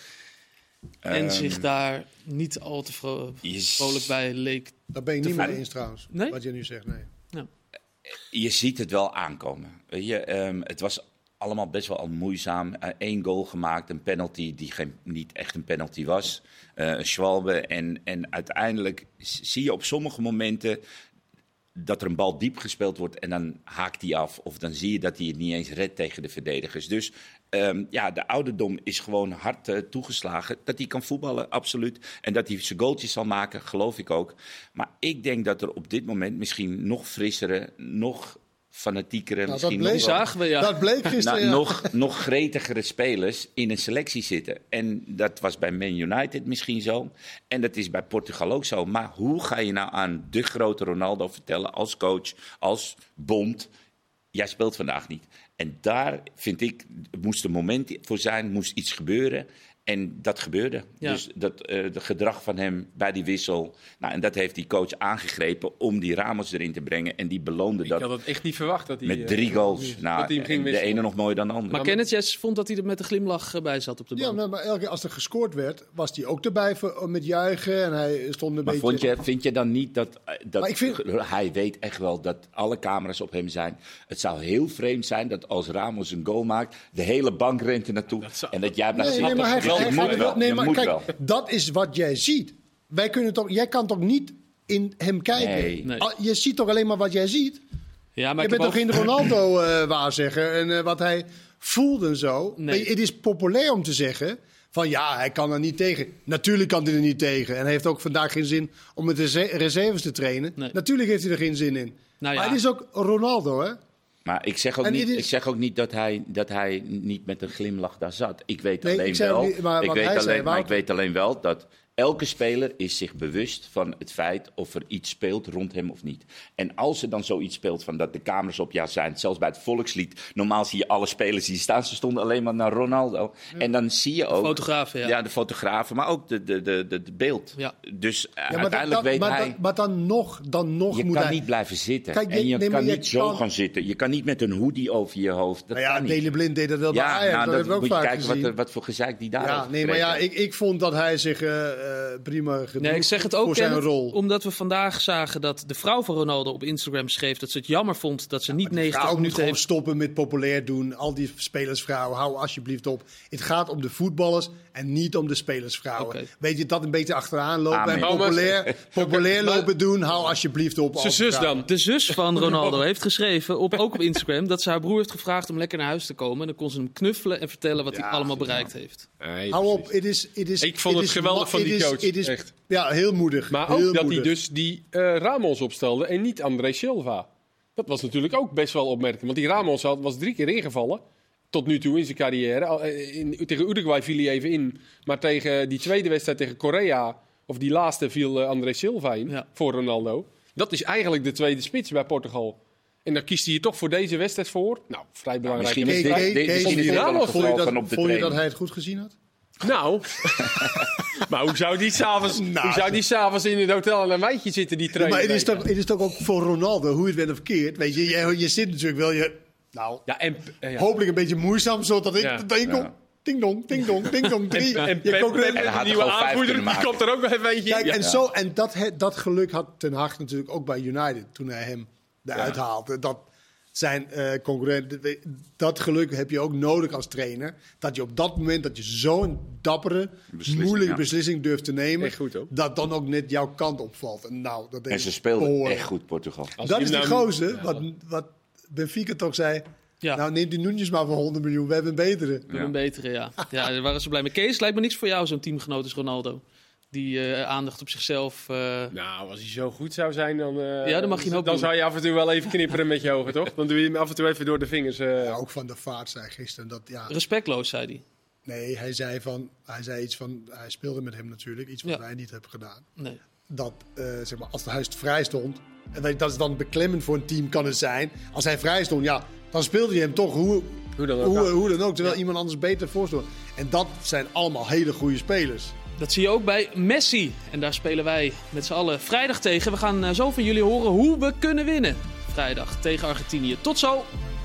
S1: en
S2: Ehm,
S1: zich daar niet al te vro-
S2: je s-
S1: vrolijk bij leek.
S3: Daar ben je niet mee
S1: Te-
S3: eens trouwens.
S1: Nee?
S3: Wat je nu zegt, nee.
S2: Je ziet het wel aankomen. Weet je, ehm, het was allemaal best wel al moeizaam. Eén goal gemaakt, een penalty die geen, niet echt een penalty was. Eh Schwalbe. En, en uiteindelijk s- zie je op sommige momenten dat er een bal diep gespeeld wordt en dan haakt hij af. Of dan zie je dat hij het niet eens redt tegen de verdedigers. Dus ehm, ja, de ouderdom is gewoon hard eh, toegeslagen. Dat hij kan voetballen, absoluut. En dat hij zijn goaltjes zal maken, geloof ik ook. Maar ik denk dat er op dit moment misschien nog frissere, nog fanatiekere,
S3: Nou, dat
S2: misschien
S3: bleek,
S2: nog, wel-
S1: Zagen we, ja.
S3: dat bleek gisteren.
S2: nou,
S3: ja.
S2: nog, nog gretigere spelers in een selectie zitten. En dat was bij Man United misschien zo. En dat is bij Portugal ook zo. Maar hoe ga je nou aan de grote Ronaldo vertellen als coach, als bond... jij speelt vandaag niet. En daar vind ik, moest een moment voor zijn, moest iets gebeuren. En dat gebeurde.
S1: Ja.
S2: Dus dat eh de gedrag van hem bij die wissel. Nou, en dat heeft die coach aangegrepen om die Ramos erin te brengen. En die beloonde
S4: Ik
S2: dat
S4: had het echt niet verwacht dat hij...
S2: met
S4: eh,
S2: drie goals.
S4: dat
S2: Nou,
S4: hij hem ging
S2: en de
S4: wisselen.
S2: ene nog mooier dan de andere.
S1: Maar Kenneth Jess vond dat hij er met een glimlach eh, bij zat op de
S3: Ja,
S1: bank.
S3: maar, maar elke keer als er gescoord werd, was hij ook erbij voor, met juichen. En hij stond een
S2: Maar
S3: beetje...
S2: vond je, vind je dan niet dat, eh, dat
S3: Maar ik vind-
S2: hij weet echt wel dat alle camera's op hem zijn? Het zou heel vreemd zijn dat als Ramos een goal maakt, de hele bank rent er naartoe
S4: zou-
S2: en dat jij blijft
S3: Nee, nee,
S2: zitten.
S3: maar hij,
S2: Je
S3: hij,
S2: moet
S3: hij-
S2: wel,
S3: nee,
S2: je
S3: maar
S2: moet
S3: kijk,
S2: wel.
S3: dat is wat jij ziet. Wij kunnen toch, jij kan toch niet in hem kijken?
S2: Nee.
S1: Nee.
S3: Ah, Je ziet toch alleen maar wat jij ziet?
S1: Ja, maar
S3: Je
S1: ik
S3: bent
S1: heb
S3: toch
S1: ook-
S3: geen Ronaldo eh waarzegger en eh, wat hij voelde en zo.
S1: Nee.
S3: Weet je, het is populair om te zeggen van ja, hij kan er niet tegen. Natuurlijk kan hij er niet tegen. En hij heeft ook vandaag geen zin om met de rese- reserves te trainen.
S1: Nee.
S3: Natuurlijk heeft hij er geen zin in.
S1: Nou ja.
S3: Maar het is ook Ronaldo, hè?
S2: Maar ik zeg ook
S3: En
S2: niet,
S3: het is-
S2: ik zeg ook niet dat, hij, dat hij niet met een glimlach daar zat. Ik weet
S3: Nee,
S2: alleen
S3: ik zei
S2: wel,
S3: ook niet- maar
S2: ik
S3: wat
S2: weet
S3: hij
S2: alleen,
S3: zei,
S2: maar ik
S3: Wouter-
S2: weet alleen wel dat elke speler is zich bewust van het feit of er iets speelt rond hem of niet. En als er dan zoiets speelt van dat de camera's op jou zijn, zelfs bij het volkslied, normaal zie je alle spelers die staan, ze stonden alleen maar naar Ronaldo. En dan zie je ook...
S1: Fotografen, ja.
S2: de fotografen, maar ook de, de, de, de, de beeld.
S1: Ja.
S2: Dus eh,
S3: Ja, maar,
S2: uiteindelijk
S3: dan,
S2: weet
S3: maar,
S2: hij...
S3: dan, maar dan nog, dan nog
S2: Je
S3: moet
S2: kan
S3: hij...
S2: niet blijven zitten.
S3: Kijk,
S2: en je
S3: nee, maar
S2: kan
S3: je
S2: niet zo
S3: kan-
S2: gaan zitten. Je kan niet met een hoodie over je hoofd. Dat
S3: Nou ja,
S2: kan niet.
S3: Dele Blind deed dat wel bij
S2: Ja,
S3: Ajax.
S2: nou,
S3: dat
S2: dat
S3: hebben we ook
S2: moet je
S3: vaak
S2: kijken wat,
S3: gezien.
S2: er- wat voor gezeik die daar
S3: Ja,
S2: heeft
S3: nee, maar ja,
S2: gekregen.
S3: ik, ik vond dat hij zich... eh, prima genoeg
S1: Nee, ik zeg het ook,
S3: voor zijn
S1: Kenneth,
S3: rol.
S1: omdat we vandaag zagen dat de vrouw van Ronaldo op Instagram schreef dat ze het jammer vond dat ze niet
S3: Die
S1: negentig
S3: vrouw moet
S1: minuten
S3: gewoon
S1: heeft.
S3: stoppen met populair doen. Al die spelersvrouwen, hou alsjeblieft op. Het gaat om de voetballers en niet om de spelersvrouwen.
S1: Oké.
S3: Weet je, dat een beetje achteraan lopen
S2: Amen.
S3: en
S4: Oh, maar-
S3: populair, populair
S4: maar-
S3: lopen doen. Hou alsjeblieft op.
S4: Zijn
S3: als
S4: zus
S3: vrouw.
S4: dan?
S1: De zus van Ronaldo heeft geschreven, op, ook op Instagram, dat ze haar broer heeft gevraagd om lekker naar huis te komen. En dan kon ze hem knuffelen en vertellen wat hij
S3: Ja,
S1: allemaal
S3: ja.
S1: bereikt heeft.
S4: Nee,
S3: Hou op,
S4: precies.
S3: het is, het is,
S4: Ik vond
S3: het
S4: het
S3: is
S4: geweldig
S3: ma-
S4: van die
S3: het is-
S4: coach,
S3: het is-
S4: echt.
S3: Ja, heel moedig.
S4: Maar
S3: heel
S4: ook dat
S3: moedig.
S4: hij dus die uh, Ramos opstelde en niet André Silva. Dat was natuurlijk ook best wel opmerkelijk. Want die Ramos had, was drie keer ingevallen. Tot nu toe in zijn carrière. Al, eh, In, tegen Uruguay viel hij even in. Maar tegen die tweede wedstrijd tegen Korea, of die laatste, viel uh, André Silva in
S1: Ja.
S4: voor Ronaldo. Dat is eigenlijk de tweede spits bij Portugal. En dan kiest hij er toch voor deze wedstrijd voor. Nou, vrij belangrijk.
S2: Misschien is
S3: Kees,
S2: dit,
S3: Kees,
S2: dit,
S3: Kees,
S2: misschien is
S3: die
S2: dit wel een
S4: Ramos,
S3: Vond je,
S2: geval
S3: dat,
S2: van op de
S3: vond je dat
S2: training.
S3: hij het goed gezien had?
S4: Nou, maar hoe zou die s'avonds
S3: Nou,
S4: hoe zou die s'avonds in het hotel aan een wijntje zitten, die
S3: Ja,
S4: trainer?
S3: maar het is, toch, het is toch ook voor Ronaldo, hoe je het bent of verkeerd. Weet je, je, je zit natuurlijk wel, je, nou,
S4: Ja, en, eh, ja.
S3: hopelijk een beetje moeizaam, zodat ik
S4: Ja.
S3: denk,
S2: Ja.
S3: ding dong, ding dong, ding dong, drie.
S4: En, en
S3: Je
S4: Pep,
S3: concurrent-
S4: Pep,
S2: En hij had
S4: de
S2: er
S4: nieuwe
S2: gewoon vijf
S4: aanvoerder,
S2: kunnen
S4: die
S2: maken.
S4: komt er ook nog even eentje
S3: Kijk,
S4: in.
S3: en,
S4: Ja.
S3: zo, en dat, he- dat geluk had Ten Hag natuurlijk ook bij United toen hij hem eruit
S2: Ja.
S3: haalde. Dat zijn eh concurrent, dat geluk heb je ook nodig als trainer. Dat je op dat moment dat je zo'n dappere,
S2: Beslissing,
S3: moeilijke
S2: ja.
S3: beslissing durft te nemen,
S4: Echt goed, hoor.
S3: dat dan ook net jouw kant opvalt. En nou, dat
S2: En
S3: is
S2: ze speelden
S3: behoorlijk.
S2: echt goed, Portugal.
S4: Als
S3: Dat
S4: je
S3: is die
S4: nou-
S3: gozer,
S4: Ja.
S3: wat, wat Benfica toch zei.
S1: Ja.
S3: Nou, neemt die Núñez maar voor honderd miljoen, we hebben een betere.
S1: We hebben een betere, ja. Ja, daar waren ze blij mee. Kees, lijkt me niks voor jou, zo'n teamgenoot als Ronaldo. Die eh, aandacht op zichzelf... eh,
S4: Nou, als hij zo goed zou zijn, dan, eh,
S1: Ja, dan mag je een hoop
S4: dan
S1: doen.
S4: zou je af en toe wel even knipperen met je ogen, toch? Dan doe je hem af en toe even door de vingers. eh.
S3: Ja, ook Van der Vaart zei gisteren dat, ja,
S1: respectloos, zei hij.
S3: nee, hij zei, van, hij zei iets van, hij speelde met hem natuurlijk, iets wat
S1: Ja.
S3: wij niet hebben gedaan.
S1: Nee.
S3: Dat, eh, zeg maar, als de huis vrij stond, en weet je, dat is dan beklemmend voor een team kan het zijn. Als hij vrij stond, ja, dan speelde hij hem toch hoe,
S4: Hoe dan ook.
S3: hoe,
S4: ja.
S3: hoe dan ook, terwijl
S1: Ja.
S3: iemand anders beter voor stond. En dat zijn allemaal hele goede spelers.
S1: Dat zie je ook bij Messi. En daar spelen wij met z'n allen vrijdag tegen. We gaan eh, zo van jullie horen hoe we kunnen winnen. Vrijdag tegen Argentinië. Tot zo!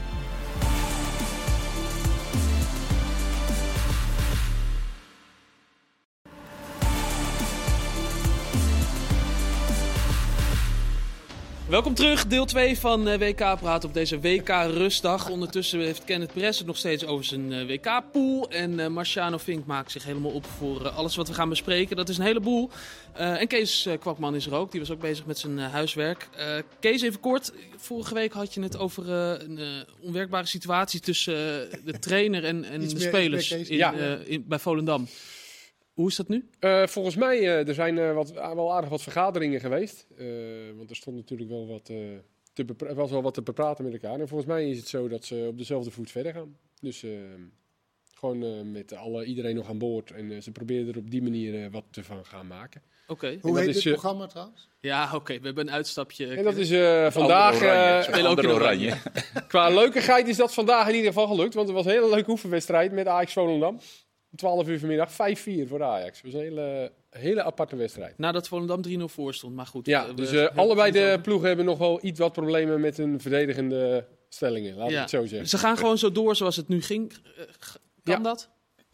S1: Welkom terug, deel twee van eh, W K Praat op deze W K-rustdag. Ondertussen heeft Kenneth Perez het nog steeds over zijn eh, W K-pool. En eh, Marciano Vink maakt zich helemaal op voor eh, alles wat we gaan bespreken. Dat is een heleboel. Uh, en Kees uh, Kwakman is er ook. Die was ook bezig met zijn uh, huiswerk. Uh, Kees, even kort. Vorige week had je het over uh, een uh, onwerkbare situatie tussen uh, de trainer en, en
S3: Iets
S1: de
S3: meer-
S1: spelers
S3: iets meer, Kees.
S1: in,
S4: Ja.
S1: uh, in, bij Volendam. Hoe is dat nu?
S4: Eh, volgens mij uh, er zijn uh, wat, wel aardig wat vergaderingen geweest. Uh, want er stond natuurlijk wel wat, uh, te bepra- was wel wat te bepraten met elkaar. En volgens mij is het zo dat ze op dezelfde voet verder gaan. Dus uh, gewoon uh, met alle, iedereen nog aan boord. En uh, ze proberen er op die manier uh, wat te van gaan maken.
S1: Oké.
S3: Hoe
S4: dat
S3: heet
S4: is,
S3: dit
S4: uh,
S3: programma trouwens?
S1: Ja, oké. We hebben een uitstapje.
S4: En dat is uh, vandaag...
S2: Andere oranje.
S4: uh,
S1: spelen ook in
S2: Andere
S1: oranje.
S4: Qua leukigheid is dat vandaag in ieder geval gelukt. Want het was een hele leuke oefenwedstrijd met Ajax Volendam. Om twaalf uur vanmiddag, vijf vier voor de Ajax. Het was een hele, hele aparte wedstrijd.
S1: Nadat Volendam drie nul voor stond. Maar goed.
S4: Ja,
S1: we-
S4: dus
S1: we-
S4: uh,
S1: we-
S4: allebei
S1: we-
S4: de ploegen hebben nog wel iets wat problemen met hun verdedigende stellingen. Laat ik
S1: Ja.
S4: het zo zeggen.
S1: Ze gaan gewoon zo door zoals het nu ging. Uh, g- Kan
S4: Ja.
S1: dat?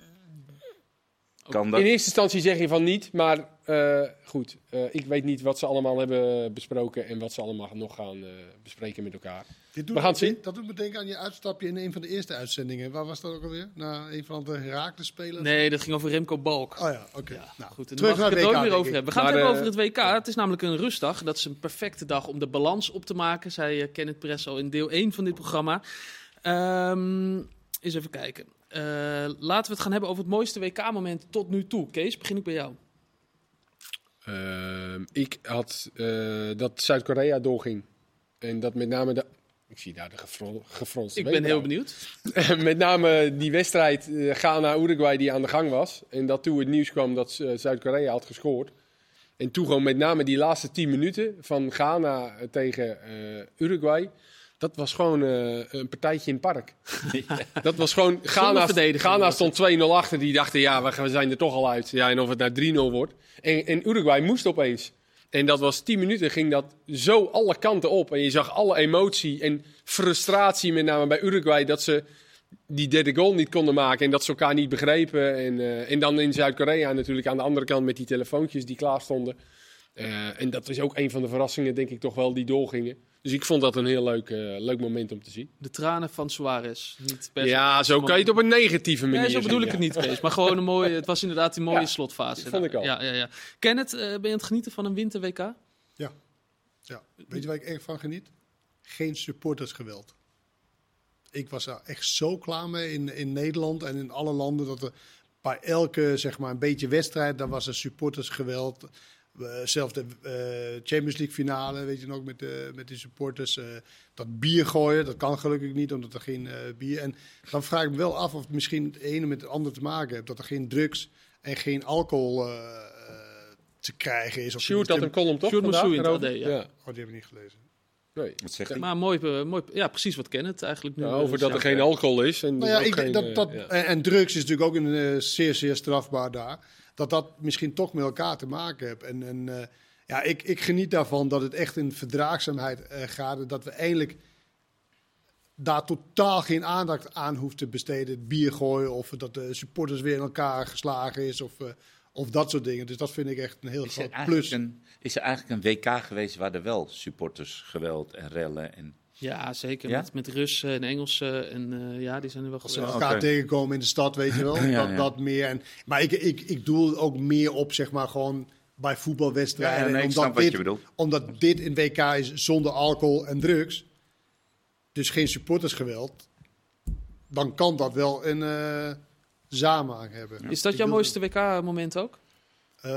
S2: Kan
S4: In
S2: dat?
S4: eerste instantie zeg je van niet, maar uh, goed. Uh, ik weet niet wat ze allemaal hebben besproken en wat ze allemaal nog gaan uh, bespreken met elkaar.
S3: Dit doet
S4: We gaan het zien.
S3: Dat doet me denken aan je uitstapje in een van de eerste uitzendingen. Waar was dat ook alweer? Naar een van de Herakles spelers?
S1: Nee, dat ging over Remco Balk.
S3: Oh ja, oké.
S1: Ja,
S3: Nou,
S1: goed. En
S3: terug
S1: daar mag ik
S3: naar
S1: het
S3: W K,
S1: nooit meer
S3: denk
S1: over
S3: ik.
S1: hebben. We gaan
S4: Maar,
S1: het hebben
S4: eh,
S1: over het W K. Het is namelijk een rustdag. Dat is een perfecte dag om de balans op te maken, zei uh, Kenneth Perez al in deel één van dit programma. Um, eens even kijken. Uh, laten we het gaan hebben over het mooiste W K-moment tot nu toe. Kees, begin ik bij jou.
S4: Uh, ik had uh, dat Zuid-Korea doorging. En dat met name de... Ik zie daar de gefron- gefronste
S1: Ik ben heel
S4: wenkbrauwen.
S1: benieuwd.
S4: Met name die wedstrijd uh, Ghana-Uruguay die aan de gang was. En dat toen het nieuws kwam dat uh, Zuid-Korea had gescoord. En toen gewoon met name die laatste tien minuten van Ghana tegen uh, Uruguay. Dat was gewoon uh, een partijtje in het park. Dat was gewoon... Ghana,
S1: verdediging
S4: Ghana
S1: was
S4: stond twee nul achter. Die dachten, ja, we, we zijn er toch al uit. Ja, en of het nou drie nul wordt. En, en Uruguay moest opeens. En dat was tien minuten, ging dat zo alle kanten op. En je zag alle emotie en frustratie, met name bij Uruguay, dat ze die derde goal niet konden maken en dat ze elkaar niet begrepen. En, uh, en dan in Zuid-Korea natuurlijk aan de andere kant met die telefoontjes die klaar stonden. Uh, en dat is ook een van de verrassingen, denk ik, toch wel, die doorgingen. Dus ik vond dat een heel leuk, uh, leuk moment om te zien.
S1: De tranen van Suarez. Niet per
S4: ja, zo kan je het op een negatieve manier
S1: nee, zo bedoel
S4: zien,
S1: ik
S4: ja.
S1: het niet, Kees. Maar gewoon een mooie, het was inderdaad die mooie
S4: Ja,
S1: slotfase.
S4: dat vond ik al.
S1: Ja, ja, ja. Kenneth, uh, ben je aan het genieten van een winter-W K?
S3: Ja. ja. Weet je waar ik echt van geniet? Geen supportersgeweld. Ik was er echt zo klaar mee in, in Nederland en in alle landen dat er bij elke zeg maar, een beetje wedstrijd, daar was er supportersgeweld. Uh, zelfs de uh, Champions League finale, weet je nog, met, uh, met die supporters. Uh, dat bier gooien, dat kan gelukkig niet, omdat er geen uh, bier... En dan vraag ik me wel af of het misschien het ene met het andere te maken heeft. Dat er geen drugs en geen alcohol uh, uh, te krijgen is.
S4: Sjoerd had een column toch
S1: Sjoerd
S4: vandaag?
S1: Moussoui in het
S4: erover?
S1: A D, ja.
S4: Ja.
S3: Oh, die heb ik niet gelezen.
S4: Nee.
S2: Wat zegt hij?
S1: Maar mooi, uh, mooi, ja, precies wat Kenneth eigenlijk nu...
S4: Ja,
S1: uh,
S4: over dat er
S1: zegt.
S4: geen alcohol is. En
S3: Nou ja,
S4: ook
S3: ik,
S4: geen,
S3: dat, dat,
S4: uh, ja.
S3: en, en drugs is natuurlijk ook een, uh, zeer, zeer strafbaar daar. Dat dat misschien toch met elkaar te maken heeft. En, en uh, ja, ik, ik geniet daarvan dat het echt in verdraagzaamheid uh, gaat. Dat we eigenlijk daar totaal geen aandacht aan hoeven te besteden. Het bier gooien of dat de supporters weer in elkaar geslagen is of, uh, of dat soort dingen. Dus dat vind ik echt een heel
S2: Is er,
S3: groot
S2: eigenlijk
S3: plus.
S2: een, is er eigenlijk een W K geweest waar er wel supporters, geweld en rellen en...
S1: Ja, zeker.
S2: Ja?
S1: Met, met Russen en Engelsen. En uh, ja, die zijn er wel
S3: Als ze
S1: geweest.
S3: elkaar
S2: Oké.
S3: tegenkomen in de stad, weet je wel.
S2: Ja,
S3: dat,
S2: ja.
S3: dat meer. En, maar ik, ik, ik doe ook meer op, zeg maar, gewoon bij voetbalwedstrijden.
S2: Ja, ja, nee, ik
S3: omdat,
S2: snap wat
S3: dit,
S2: je bedoelt.
S3: omdat dit een W K is zonder alcohol en drugs. Dus geen supportersgeweld. Dan kan dat wel een uh, samenhang hebben.
S1: Is dat
S3: Ik
S1: jouw
S3: wil-
S1: mooiste W K-moment ook?
S3: Uh,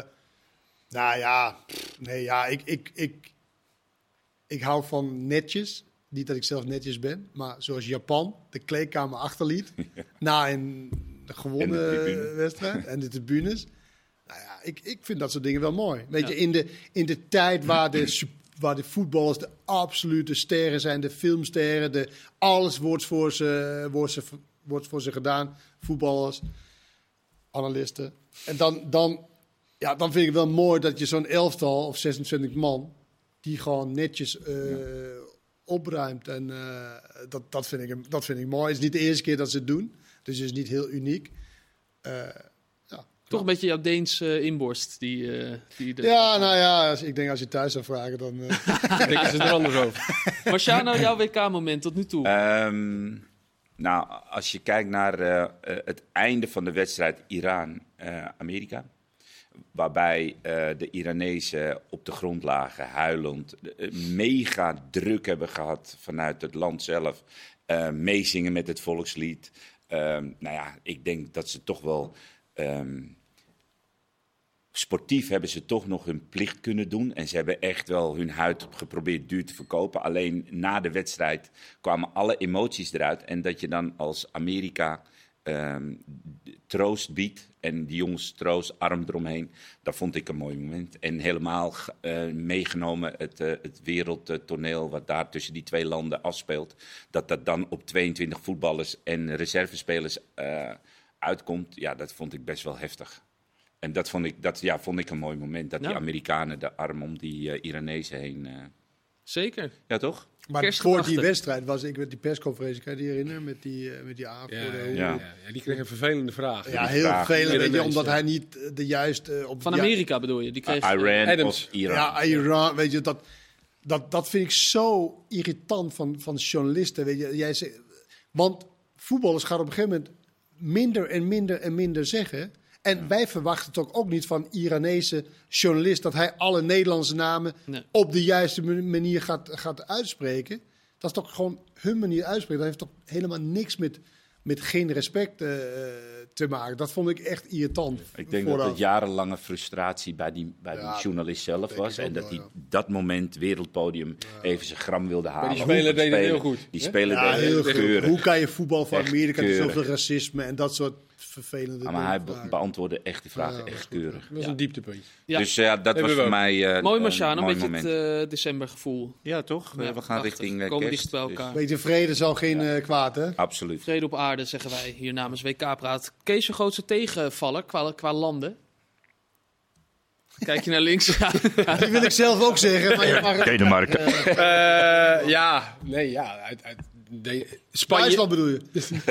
S3: nou ja, pff, nee, ja, ik, ik, ik, ik hou van netjes. Niet dat ik zelf netjes ben, maar zoals Japan de kleedkamer achterliet na een
S2: En
S3: gewonnen
S2: de tribune.
S3: wedstrijd en de tribunes. Nou ja, ik, ik vind dat soort dingen wel mooi. Weet
S1: Ja.
S3: je, in de, in de tijd waar de, sup- waar de voetballers de absolute sterren zijn, de filmsterren, de, alles wordt voor ze, wordt ze, wordt voor ze gedaan. Voetballers, analisten. En dan, dan, ja, dan vind ik het wel mooi dat je zo'n elftal of zesentwintig man, die gewoon netjes uh, ja. opruimt. En uh, dat, dat, vind ik, dat vind ik mooi. Het is niet de eerste keer dat ze het doen. Dus het is niet heel uniek. Uh, ja.
S1: Toch een beetje jouw Deens uh, inborst. Die, uh, die de...
S3: Ja, nou ja, als, ik denk als je thuis zou vragen, dan... Uh...
S4: denken ze er anders over.
S1: Marciano, jouw W K-moment tot nu toe?
S2: Um, nou, als je kijkt naar uh, uh, het einde van de wedstrijd Iran-Amerika... waarbij uh, de Iranezen op de grond lagen, huilend, uh, mega druk hebben gehad vanuit het land zelf. Uh, meezingen met het volkslied. Um, nou ja, ik denk dat ze toch wel... Um, sportief hebben ze toch nog hun plicht kunnen doen. En ze hebben echt wel hun huid geprobeerd duur te verkopen. Alleen na de wedstrijd kwamen alle emoties eruit. En dat je dan als Amerika um, troost biedt. En die jongens troost, arm eromheen. Dat vond ik een mooi moment. En helemaal uh, meegenomen het, uh, het wereldtoneel wat daar tussen die twee landen afspeelt. Dat dat dan op tweeëntwintig voetballers en reservespelers uh, uitkomt. Ja, dat vond ik best wel heftig. En dat vond ik, dat, ja, vond ik een mooi moment. Dat
S1: Ja.
S2: die Amerikanen de arm om die uh, Iranezen heen... Uh...
S1: Zeker.
S2: Ja, toch?
S3: Maar
S1: Kerstgedachten.
S3: voor die wedstrijd was ik met die persconferentie, kan je die herinneren? Met die, uh, met die A voor
S4: Ja,
S3: de...
S4: ja,
S2: Ja.
S4: ja, ja, die kreeg een vervelende vraag.
S3: Ja,
S2: die
S3: heel
S2: vraag.
S3: vervelend, weet je,
S4: Ineens,
S3: omdat
S4: ja.
S3: hij niet uh, de juiste... Uh, op
S1: Van
S3: ja-
S1: Amerika bedoel je? Die kreeg,
S2: Uh, Iran
S4: Adams.
S2: of Iran.
S3: Ja, Iran, weet je, dat, dat, dat vind ik zo irritant van, van journalisten. Weet je, jij zegt, want voetballers gaan op een gegeven moment minder en minder en minder zeggen. En ja. wij verwachten toch ook niet van Iranese journalist dat hij alle Nederlandse namen
S1: Nee.
S3: op de juiste manier gaat, gaat uitspreken. Dat is toch gewoon hun manier uitspreken. Dat heeft toch helemaal niks met, met geen respect uh, te maken. Dat vond ik echt irritant.
S2: Ik denk
S3: vooraf.
S2: dat het jarenlange frustratie bij die, bij
S3: Ja,
S2: die journalist zelf
S3: denk
S2: was.
S3: ik ook
S2: En dat
S3: wel,
S2: hij
S3: ja.
S2: dat moment, wereldpodium, even zijn gram wilde halen.
S4: die speler
S2: Hoe
S4: deed het
S2: spelen-
S4: heel goed,
S2: Die
S4: hè?
S2: speler
S3: Ja,
S2: deed
S3: heel
S2: het
S3: goed.
S2: keurig.
S3: Hoe kan je voetbal van
S2: Echt
S3: Amerika, dus
S2: keurig.
S3: zoveel racisme en dat soort vervelende
S2: Ja, maar hij be-
S3: vragen.
S2: beantwoordde echt die vragen
S3: Ja, dat is
S2: echt
S3: goed,
S2: keurig.
S4: Dat was
S1: Ja.
S4: een dieptepunt.
S1: Ja.
S2: Dus ja, dat
S4: Hebben
S2: was
S4: we
S2: voor
S4: ook.
S2: mij uh,
S1: Mooi
S2: een
S1: Marciano, een
S2: mooi
S1: beetje
S2: moment.
S1: het uh, decembergevoel.
S2: Ja, toch?
S1: Ja,
S2: we gaan
S1: prachtig.
S2: richting uh,
S1: Komen
S2: kerst.
S1: dicht bij
S2: dus-
S1: elkaar.
S3: Beetje vrede zal geen eh, kwaad, hè?
S2: absoluut.
S1: Vrede op aarde, zeggen wij hier namens W K-praat. Kees, je grootste tegenvaller qua, qua landen? Kijk je naar links? Ja.
S3: Die wil ik zelf ook zeggen. Maar je mag,
S2: Denemarken.
S4: Uh, ja, nee, ja. Uit, uit, de, Spanje,
S3: Duitsland bedoel je?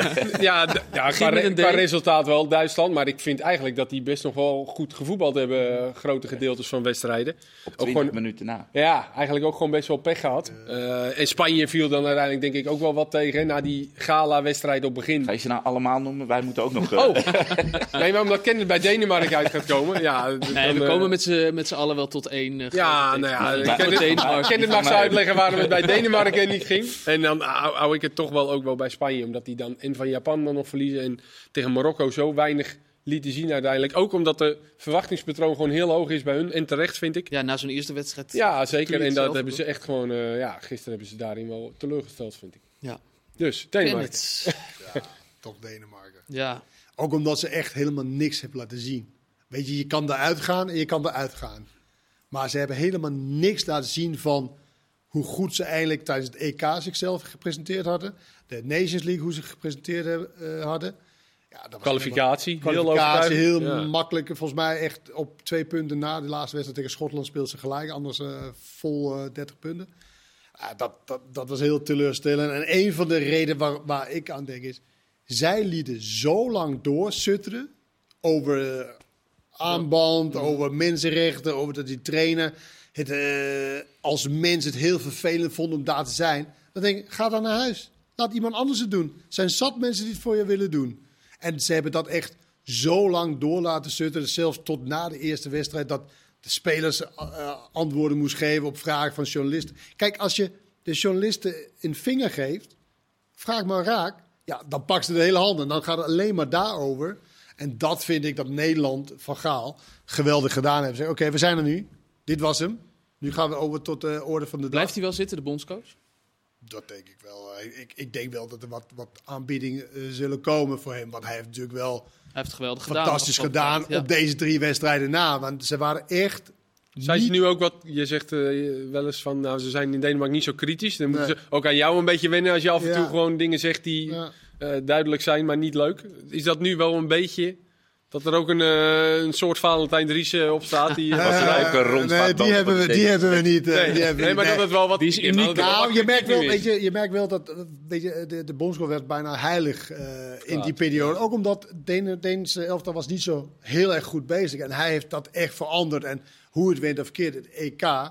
S4: ja, d- ja qua,
S1: met
S4: re-
S1: een D.
S4: qua resultaat wel Duitsland. Maar ik vind eigenlijk dat die best nog wel goed gevoetbald hebben. uh, grote gedeeltes van wedstrijden.
S2: Op
S4: Ook
S2: twintig
S4: gewoon-
S2: minuten na.
S4: Ja, eigenlijk ook gewoon best wel pech gehad. Uh, en Spanje viel dan uiteindelijk denk ik ook wel wat tegen. Hè, na die gala-wedstrijd op begin.
S2: Ga je ze nou allemaal noemen? Wij moeten ook nog... uh,
S4: Oh, nee, maar omdat Kenneth bij Denemarken uit gaat komen. Ja, d-
S1: Nee,
S4: dan,
S1: we
S4: uh,
S1: komen met z'n met z'n allen wel tot één. Uh,
S4: Ja,
S1: grote
S4: nou ja,
S1: teken.
S2: Maar-
S4: Kenneth,
S1: Denemarken.
S4: Kenneth mag ze
S2: Maar-
S4: uitleggen waarom het bij Denemarken niet ging. En dan hou, hou ik het toch wel ook wel bij Spanje. Omdat die dan en van Japan dan nog verliezen. En tegen Marokko zo weinig lieten zien uiteindelijk. Ook omdat de verwachtingspatroon gewoon heel hoog is bij hun. En terecht vind ik.
S1: Ja, na zo'n eerste wedstrijd.
S4: Ja, zeker.
S1: doe je
S4: En
S1: het
S4: dat
S1: zelf,
S4: hebben ze
S1: toch?
S4: echt gewoon... Uh, ja, gisteren hebben ze daarin wel teleurgesteld, vind ik.
S1: Ja.
S4: Dus, Denemarken.
S1: Kenneth.
S3: Toch Denemarken.
S1: Ja.
S3: Ook omdat ze echt helemaal niks hebben laten zien. Weet je, je kan eruit gaan en je kan eruit gaan. Maar ze hebben helemaal niks laten zien van hoe goed ze eigenlijk tijdens het E K zichzelf gepresenteerd hadden. De Nations League, hoe ze gepresenteerd hebben, uh, hadden. Ja, dat was
S4: Kwalificatie.
S3: helemaal-
S4: Heel
S3: kwalificatie, heel
S4: overtuigend. Ja.
S3: makkelijk. Volgens mij echt op twee punten na de laatste wedstrijd tegen Schotland speelt ze gelijk. Anders uh, vol uh, dertig punten. Uh, dat, dat, dat was heel teleurstellend. En een van de redenen waar, waar ik aan denk is... Zij lieten zo lang doorsutteren over uh, aanband, over mensenrechten, over dat die trainer het, uh, als mens het heel vervelend vonden om daar te zijn. Dan denk ik, ga dan naar huis. Laat iemand anders het doen. Er zijn zat mensen die het voor je willen doen. En ze hebben dat echt zo lang door laten sutteren, zelfs tot na de eerste wedstrijd, dat de spelers uh, antwoorden moest geven op vragen van journalisten. Kijk, als je de journalisten een vinger geeft, vraag maar raak, ja, dan pak ze de hele hand en dan gaat het alleen maar daarover. En dat vind ik dat Nederland, Van Gaal, geweldig gedaan heeft. Zeggen, oké, we zijn er nu. Dit was hem. Nu gaan we over tot de orde van de dag.
S1: Blijft hij wel zitten, de bondscoach?
S3: Dat denk ik wel. Ik, ik denk wel dat er wat, wat aanbiedingen uh, zullen komen voor hem. Want hij heeft natuurlijk wel
S1: Hij heeft het geweldig gedaan.
S3: fantastisch
S1: afgelopen
S3: gedaan
S1: tijd.
S3: op deze drie wedstrijden na. Want ze waren echt
S4: Zijn ze
S3: niet...
S4: nu ook wat, je zegt uh, wel eens van, nou ze zijn in Denemarken niet zo kritisch. Dan moeten
S3: Nee.
S4: ze ook aan jou een beetje wennen als je af en
S3: Ja.
S4: toe gewoon dingen zegt die
S3: Ja.
S4: uh, duidelijk zijn, maar niet leuk. Is dat nu wel een beetje, dat er ook een, uh, een soort Valentijn Dries uh, op staat? Die,
S2: Was er
S3: Eh,
S2: ook een rondvaart
S3: nee, die
S2: boven
S3: hebben, we,
S2: de
S3: die
S2: thee?
S3: hebben we niet. uh,
S4: nee,
S3: die hebben we
S4: nee,
S3: niet.
S4: maar dat
S3: Nee.
S4: het wel wat...
S1: Die is
S4: ik denk
S1: uniek.
S4: dat het wel
S3: Nou,
S4: wat
S3: je merkt wel,
S4: kritiek
S3: weet
S4: is.
S3: je, je merkt wel dat uh, weet je, de, de bondscoach werd bijna heilig uh, in die
S4: Laat,
S3: periode. Ook omdat Deen, Deense elftal was niet zo heel erg goed bezig. En hij heeft dat echt veranderd. En hoe het went of verkeerd, het E K,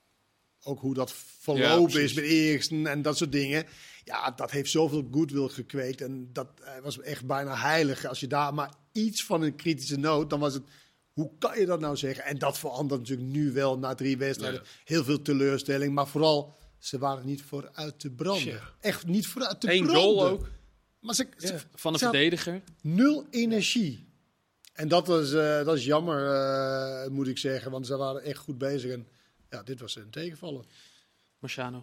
S3: ook hoe dat
S4: Ja,
S3: verlopen
S4: precies.
S3: is met Eriksen en dat soort dingen. Ja, dat heeft zoveel goodwill gekweekt. En dat hij was echt bijna heilig. Als je daar maar iets van een kritische noot, dan was het... Hoe kan je dat nou zeggen? En dat verandert natuurlijk nu wel na drie wedstrijden.
S4: Ja.
S3: Heel veel teleurstelling. Maar vooral, ze waren niet vooruit te branden.
S4: Tja.
S3: Echt niet vooruit te
S4: Eén
S3: branden.
S4: goal ook.
S3: Maar ze, ze-
S4: Ja.
S1: Van een
S3: ze hadden
S1: verdediger.
S3: nul energie. En dat, was, uh, dat is jammer, uh, moet ik zeggen. Want ze waren echt goed bezig. En ja, dit was een tegenvallen.
S1: Marciano.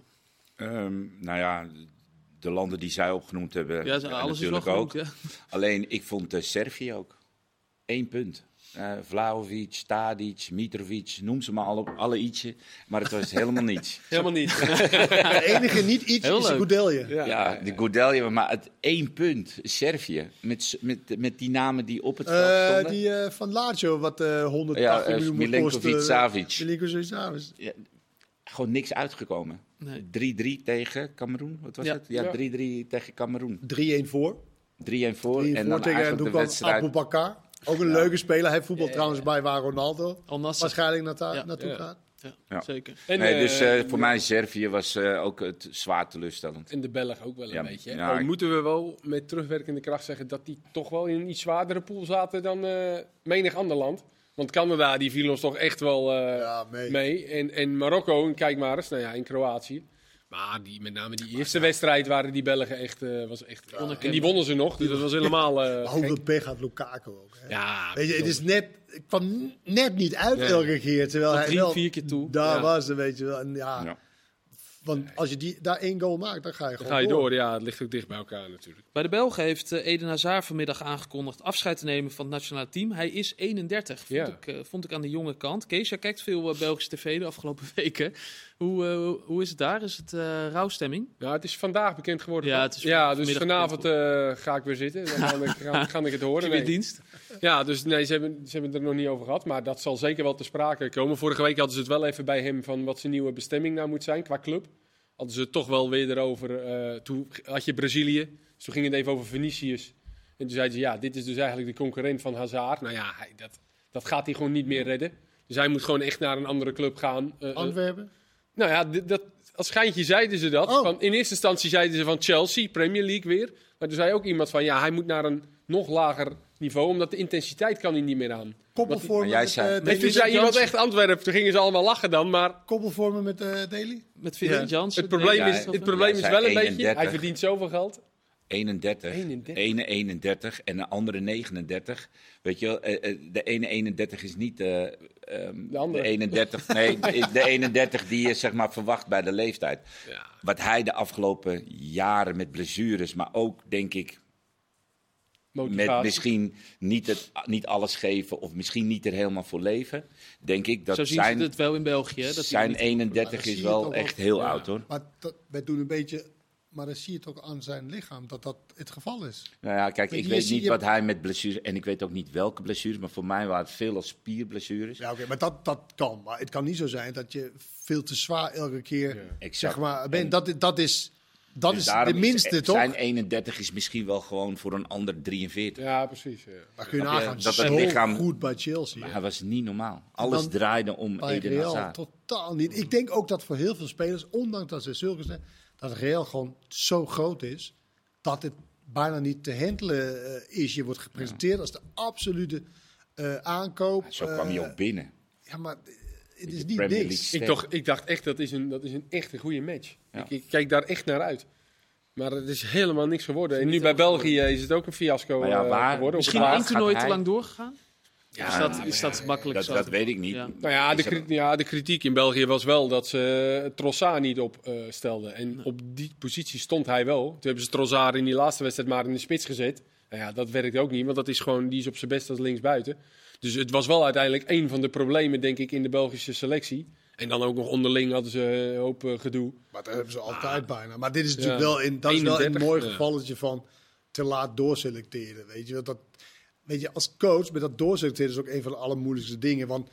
S2: Um, nou ja, de landen die zij opgenoemd hebben,
S1: Ja, ze-
S2: uh,
S1: alles is wel
S2: natuurlijk
S1: goed.
S2: ook.
S1: Ja.
S2: Alleen, ik vond uh, Servië ook. Eén punt. Uh, Vlahovic, Tadic, Mitrovic, noem ze maar alle, alle ietsje. Maar het was helemaal niets.
S4: Helemaal niet.
S3: De enige niet iets
S1: Heel
S3: is
S1: leuk.
S3: Goudelje.
S4: Ja.
S2: Ja, de Goudelje, maar het één punt. Servië, met, s- met, met die namen die op het veld
S3: Uh,
S2: stonden.
S3: die uh, van Lazio, wat uh, honderdtachtig
S2: Ja, uh,
S3: miljoen moet
S2: Milenkovic,
S3: kosten.
S2: Savic.
S3: Milenkovic, Savic.
S2: Ja, gewoon niks uitgekomen.
S1: Nee.
S2: drie-drie tegen Cameroen, wat was
S1: Ja.
S2: het? Ja,
S4: Ja.
S2: drie-drie tegen Cameroen.
S3: drie-een voor.
S2: drie-een voor.
S3: drie-een
S2: en
S3: voor
S2: dan
S3: tegen, en
S2: eigenlijk
S3: toen
S2: de
S3: kwam
S2: wedstrijd...
S3: Abu Bakar. Ook een
S2: Ja.
S3: leuke speler. Hij voetbalt
S2: Ja,
S3: trouwens
S2: ja.
S3: bij waar Ronaldo
S1: Al Nassr.
S3: waarschijnlijk naartoe,
S1: Ja.
S3: naartoe
S4: Ja.
S3: gaat.
S1: Ja,
S2: Ja.
S1: zeker.
S4: En,
S2: Nee,
S4: eh,
S2: dus uh, voor mij Servië was uh, ook het zwaar teleurstellend.
S4: En de Belg ook wel een
S2: Ja,
S4: beetje. Hè?
S2: ja,
S4: Al
S2: ik-
S4: moeten we wel met terugwerkende kracht zeggen dat die toch wel in een iets zwaardere pool zaten dan uh, menig ander land. Want Canada die viel ons toch echt wel uh,
S3: Ja, mee.
S4: mee. En, en Marokko, en kijk maar eens, nou ja, in Kroatië. Maar die, met name die eerste wedstrijd waren die Belgen echt, uh, was echt. En die wonnen ze nog, dus dat was helemaal. Uh,
S3: Maar hoeveel pech had Lukaku ook. Hè?
S4: ja,
S3: Weet je, het is net, het kwam net niet uit
S4: Nee.
S3: elke keer. Terwijl
S1: Tot
S3: hij
S1: drie,
S3: wel
S1: vier keer toe.
S3: daar
S4: Ja.
S3: was, weet je wel. En ja,
S2: Ja.
S3: Want als je die, daar één goal maakt, dan ga je
S4: dan
S3: gewoon
S4: ga je
S3: door.
S4: door. Ja, het ligt ook dicht bij elkaar natuurlijk.
S1: Bij de Belgen heeft uh, Eden Hazard vanmiddag aangekondigd afscheid te nemen van het nationale team. Hij is eenendertig, vond,
S4: Ja.
S1: ik, uh, vond ik aan de jonge kant. Kees, jij kijkt veel uh, Belgische tv de afgelopen weken. Hoe, uh, hoe is het daar? Is het uh, rouwstemming?
S4: Ja, het is vandaag bekend geworden.
S1: Ja,
S4: toch?
S1: het is
S4: ja dus
S1: vanmiddag
S4: vanavond uh, ga ik weer zitten. Dan ga ik, ga, ga ik het horen.
S1: Heb je weer
S4: Nee.
S1: dienst?
S4: Ja, dus nee, ze hebben, ze hebben het er nog niet over gehad. Maar dat zal zeker wel te sprake komen. Vorige week hadden ze het wel even bij hem van wat zijn nieuwe bestemming nou moet zijn qua club. hadden ze het toch wel weer erover. Uh, toen had je Brazilië, dus toen ging het even over Vinicius. En toen zeiden ze, ja, dit is dus eigenlijk de concurrent van Hazard. Nou ja, hij, dat, dat gaat hij gewoon niet meer redden. Dus hij moet gewoon echt naar een andere club gaan. Uh,
S3: Antwerpen?
S4: Nou ja, d- dat, als schijntje zeiden ze dat.
S3: Oh.
S4: Van, in eerste instantie zeiden ze van Chelsea, Premier League weer. Maar toen zei ook iemand van, ja, hij moet naar een nog lager niveau, omdat de intensiteit kan hij niet meer aan.
S3: Koppelvormen
S2: jij
S3: met
S2: zei-
S3: uh,
S2: Nee,
S4: En toen
S3: Daily?
S4: zei iemand echt Antwerpen, toen gingen ze allemaal lachen dan, maar
S3: Koppelvormen met uh, Daily?
S1: Met Vincent
S4: ja.
S1: Janssen.
S4: het probleem
S2: Ja,
S4: is,
S2: ja.
S4: het probleem
S2: Ja,
S4: is
S2: zij
S4: wel een beetje,
S2: eenendertig.
S4: hij verdient zoveel geld.
S2: eenendertig,
S4: eenendertig.
S2: ene eenendertig en de andere negenendertig. Weet je wel, eh, eh, de ene eenendertig is niet uh, um,
S4: De andere.
S2: de eenendertig, nee, de eenendertig die je zeg maar verwacht bij de leeftijd.
S4: Ja.
S2: Wat hij de afgelopen jaren met blessures, maar ook denk ik met
S4: Motivatie.
S2: misschien niet, het, niet alles geven of misschien niet er helemaal voor leven, denk ik dat
S1: Zo zien
S2: zijn,
S1: ze het wel in België. Hè, dat hij
S2: zijn
S1: niet-
S2: eenendertig
S3: Maar dat
S2: is
S3: zie je toch
S2: wel
S3: ook.
S2: echt heel
S4: Ja.
S2: oud hoor.
S3: Maar dat, wij doen een beetje... Maar dan zie je het ook aan zijn lichaam dat dat het geval is.
S2: Nou ja, kijk,
S3: Weet
S2: ik
S3: je,
S2: weet
S3: je zie-
S2: niet
S3: je-
S2: wat hij met blessures, en ik weet ook niet welke blessures, maar voor mij waren het veel als spierblessures.
S3: Ja, oké, maar dat, dat kan. Maar het kan niet zo zijn dat je veel te zwaar elke keer...
S4: Ja.
S2: Exact.
S3: Zeg maar, ben,
S2: En-
S3: dat, dat is, dat
S2: Dus
S3: is
S2: daarom
S3: de minste,
S2: is,
S3: toch?
S2: Zijn eenendertig is misschien wel gewoon voor een ander drieënveertig.
S4: Ja, precies. Ja.
S3: Maar kun je
S2: Snap je?
S3: nagaan,
S2: Dat het
S3: zo
S2: lichaam-
S3: goed bij Chelsea.
S2: Maar hij was niet normaal. Alles
S3: dan
S2: draaide om
S3: Bij
S2: Eden
S3: Real
S2: Hazard.
S3: totaal niet. Ik denk ook dat voor heel veel spelers, ondanks dat ze zulke zijn, dat Real gewoon zo groot is, dat het bijna niet te handelen eh, is. Je wordt gepresenteerd als de absolute eh, aankoop.
S2: Zo kwam hij
S3: Eh,
S2: ook binnen.
S3: Ja, maar eh, het
S2: de
S3: is niet
S2: Premier
S3: niks.
S2: League.
S4: Ik, toch, ik dacht echt, dat is een, dat is een echt een goede match.
S2: Ja.
S4: Ik, ik kijk daar echt naar uit. Maar het is helemaal niks geworden. En nu
S1: niet
S4: bij
S1: ook
S4: België is het ook een fiasco
S2: Maar ja,
S4: eh,
S2: waar-
S4: geworden.
S1: Misschien
S4: Op het
S1: één
S2: gaat
S4: laatst.
S1: toernooi
S2: hij-
S1: te lang doorgegaan?
S2: Ja,
S1: is dat,
S2: maar
S1: is dat makkelijk
S2: dat,
S1: zo
S2: dat
S1: te-
S2: weet ik niet.
S1: Ja.
S4: Nou ja de,
S2: Is er-
S4: kri- ja, de kritiek in België was wel dat ze uh, Trossard niet opstelden. stelden. en op die positie stond hij wel. Toen hebben ze Trossard in die laatste wedstrijd maar in de spits gezet. Nou ja, dat werkt ook niet, want dat is gewoon, die is op zijn best als linksbuiten. Dus het was wel uiteindelijk een van de problemen, denk ik, in de Belgische selectie. En dan ook nog onderling hadden ze een hoop uh, gedoe.
S3: Maar dat hebben ze altijd bijna. Maar dit is natuurlijk
S4: Ja.
S3: wel, in, dat is wel een
S4: eenendertig,
S3: mooi
S4: ja.
S3: gevalletje van te laat doorselecteren. Weet je, dat, weet je, als coach met dat doorselecteren is ook een van de allermoeilijkste dingen. Want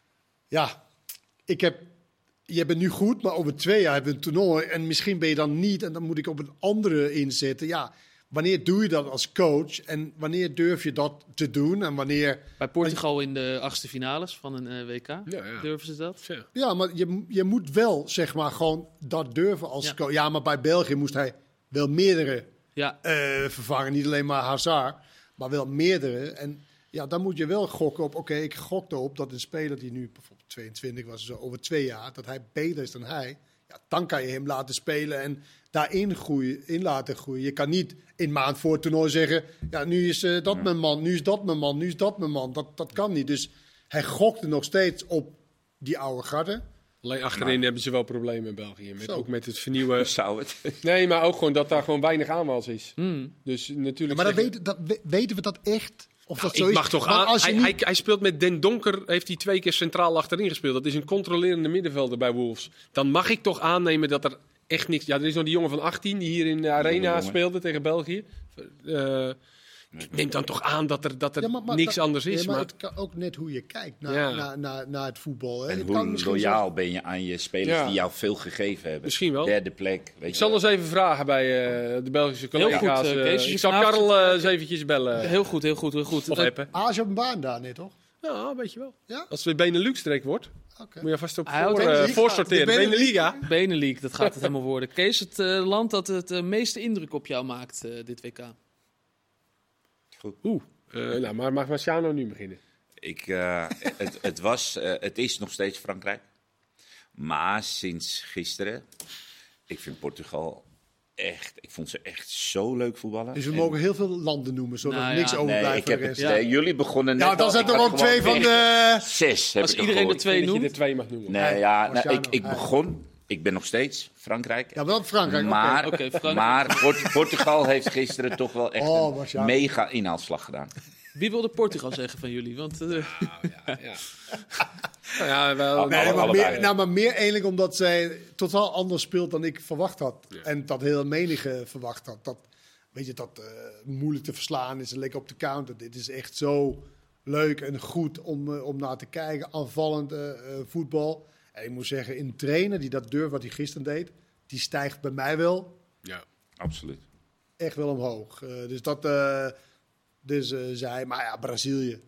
S3: ja, ik heb, je bent nu goed, maar over twee jaar hebben we een toernooi. En misschien ben je dan niet en dan moet ik op een andere inzetten. Ja, wanneer doe je dat als coach? En wanneer durf je dat te doen? En wanneer...
S1: Bij Portugal in de achtste finales van een uh, W K.
S4: Ja, ja.
S1: Durven ze dat?
S4: Ja.
S3: Ja, maar je, je moet wel, zeg maar, gewoon dat durven als
S1: Ja.
S3: coach. Ja, maar bij België moest hij wel meerdere
S1: Ja,
S3: eh, vervangen. Niet alleen maar Hazard, maar wel meerdere. En ja, dan moet je wel gokken op... Oké, ik gok erop dat een speler die nu bijvoorbeeld tweeëntwintig was... Zo over twee jaar, dat hij beter is dan hij. Ja, dan kan je hem laten spelen en daarin groeien, in laten groeien. Je kan niet in maand voor het toernooi zeggen... Ja, nu is eh, dat mijn man, nu is dat mijn man, nu is dat mijn man. Dat, dat kan niet. Dus hij gokte nog steeds op die oude garde.
S4: Alleen achterin hebben ze wel problemen in België. Met,
S3: Zo.
S4: ook met het vernieuwen.
S2: Zou het?
S4: Nee, maar ook gewoon dat daar gewoon weinig aanwas is.
S1: Hmm.
S4: Dus natuurlijk.
S3: Maar dan
S4: zeg je-
S3: weten, dat, we- weten we dat echt? Of dat
S4: Nou,
S3: zo
S4: ik
S3: is?
S4: mag toch
S3: Want
S4: aan.
S3: als je
S4: Hij,
S3: niet-
S4: hij, hij speelt met Den Donker, heeft hij twee keer centraal achterin gespeeld. Dat is een controlerende middenvelder bij Wolves. Dan mag ik toch aannemen dat er echt niks... Ja, er is nog die jongen van achttien die hier in de arena
S2: jongen.
S4: speelde tegen België. Eh, ik neem dan toch aan dat er, dat er
S3: Ja, maar- maar
S4: niks
S3: dat-
S4: anders is.
S3: ja, maar
S4: maar
S3: het kan ook net hoe je kijkt naar,
S4: Ja.
S3: naar, naar, naar het voetbal. Hè.
S2: En
S3: Het
S2: hoe
S3: kan misschien
S2: loyaal ben je aan je spelers
S4: Ja.
S2: die jou veel gegeven hebben?
S4: Misschien wel.
S2: Derde plek. Weet
S4: ik
S2: je
S4: zal
S2: wel.
S4: eens even vragen bij eh, de Belgische
S1: Heel
S4: collega's.
S1: goed, eh,
S4: eh,
S1: Kees, als je
S4: ik zal
S1: vanavond
S4: Karel
S1: zit-
S4: eh, eens eventjes bellen.
S1: heel goed, heel goed, heel goed.
S4: Of
S1: Eh,
S4: appen.
S3: Ah, je hebt een baan daar net, toch?
S4: Ja, weet je wel.
S3: Ja?
S4: Als het weer Benelux-trek wordt,
S3: Oké.
S4: moet je vast op
S1: Hij houdt
S4: voor, eh,
S3: Beneliga.
S4: voorsorteren.
S3: De Beneliga.
S4: Beneliga.
S1: Benelink, dat gaat het helemaal worden. Kees, het eh, land dat het eh, meeste indruk op jou maakt, eh, dit W K.
S4: Oeh. Eh, nou, maar mag Marciano nu beginnen?
S2: Ik, eh, het, het, was, eh, het is nog steeds Frankrijk. Maar sinds gisteren, ik vind Portugal echt, ik vond ze echt zo leuk voetballen.
S3: Dus we
S2: En-
S3: mogen heel veel landen noemen, zodat
S1: Nou
S3: er niks
S1: ja.
S3: overblijft
S2: Nee, ik
S3: van
S2: heb
S3: de
S2: het,
S3: rest.
S1: Ja.
S2: eh, jullie begonnen net
S3: Ja, dan
S2: al,
S3: zijn
S2: ik
S3: er
S2: had
S3: ook
S2: gewoon
S3: twee van
S2: echt
S3: de...
S2: Zes heb
S1: Als
S2: ik er
S1: iedereen
S2: gegooid.
S1: er twee
S4: Ik denk dat je
S1: noemt.
S4: er twee mag noemen.
S2: Nee,
S3: Hey,
S2: ja, nou,
S3: Marciano,
S2: ik, ik
S3: hey.
S2: begon, ik ben nog steeds Frankrijk.
S3: Ja, wel Frankrijk. oké.
S2: Maar,
S1: Oké, Frankrijk.
S2: maar Port- Portugal heeft gisteren toch wel echt
S3: Oh,
S2: een
S3: Marciano.
S2: mega inhaalslag gedaan.
S1: Wie wilde Portugal zeggen van jullie? Want eh,
S4: Ja, ja. nou ja, wel,
S2: Oh,
S3: Nee,
S2: Alle-
S3: maar,
S2: allebei.
S3: meer, nou, maar meer eigenlijk omdat zij totaal anders speelt dan ik verwacht had.
S4: Ja.
S3: En dat heel menige verwacht had. Dat, weet je, dat eh, moeilijk te verslaan is, lekker op de counter. Dit is echt zo leuk en goed om, eh, om naar te kijken. Aanvallend eh, eh, voetbal. En ik moet zeggen, een trainer die dat durft wat hij gisteren deed. die stijgt bij mij wel
S4: Ja.
S2: Absoluut.
S3: echt wel omhoog. Uh, dus dat uh, dus, uh, zij, maar ja, Brazilië.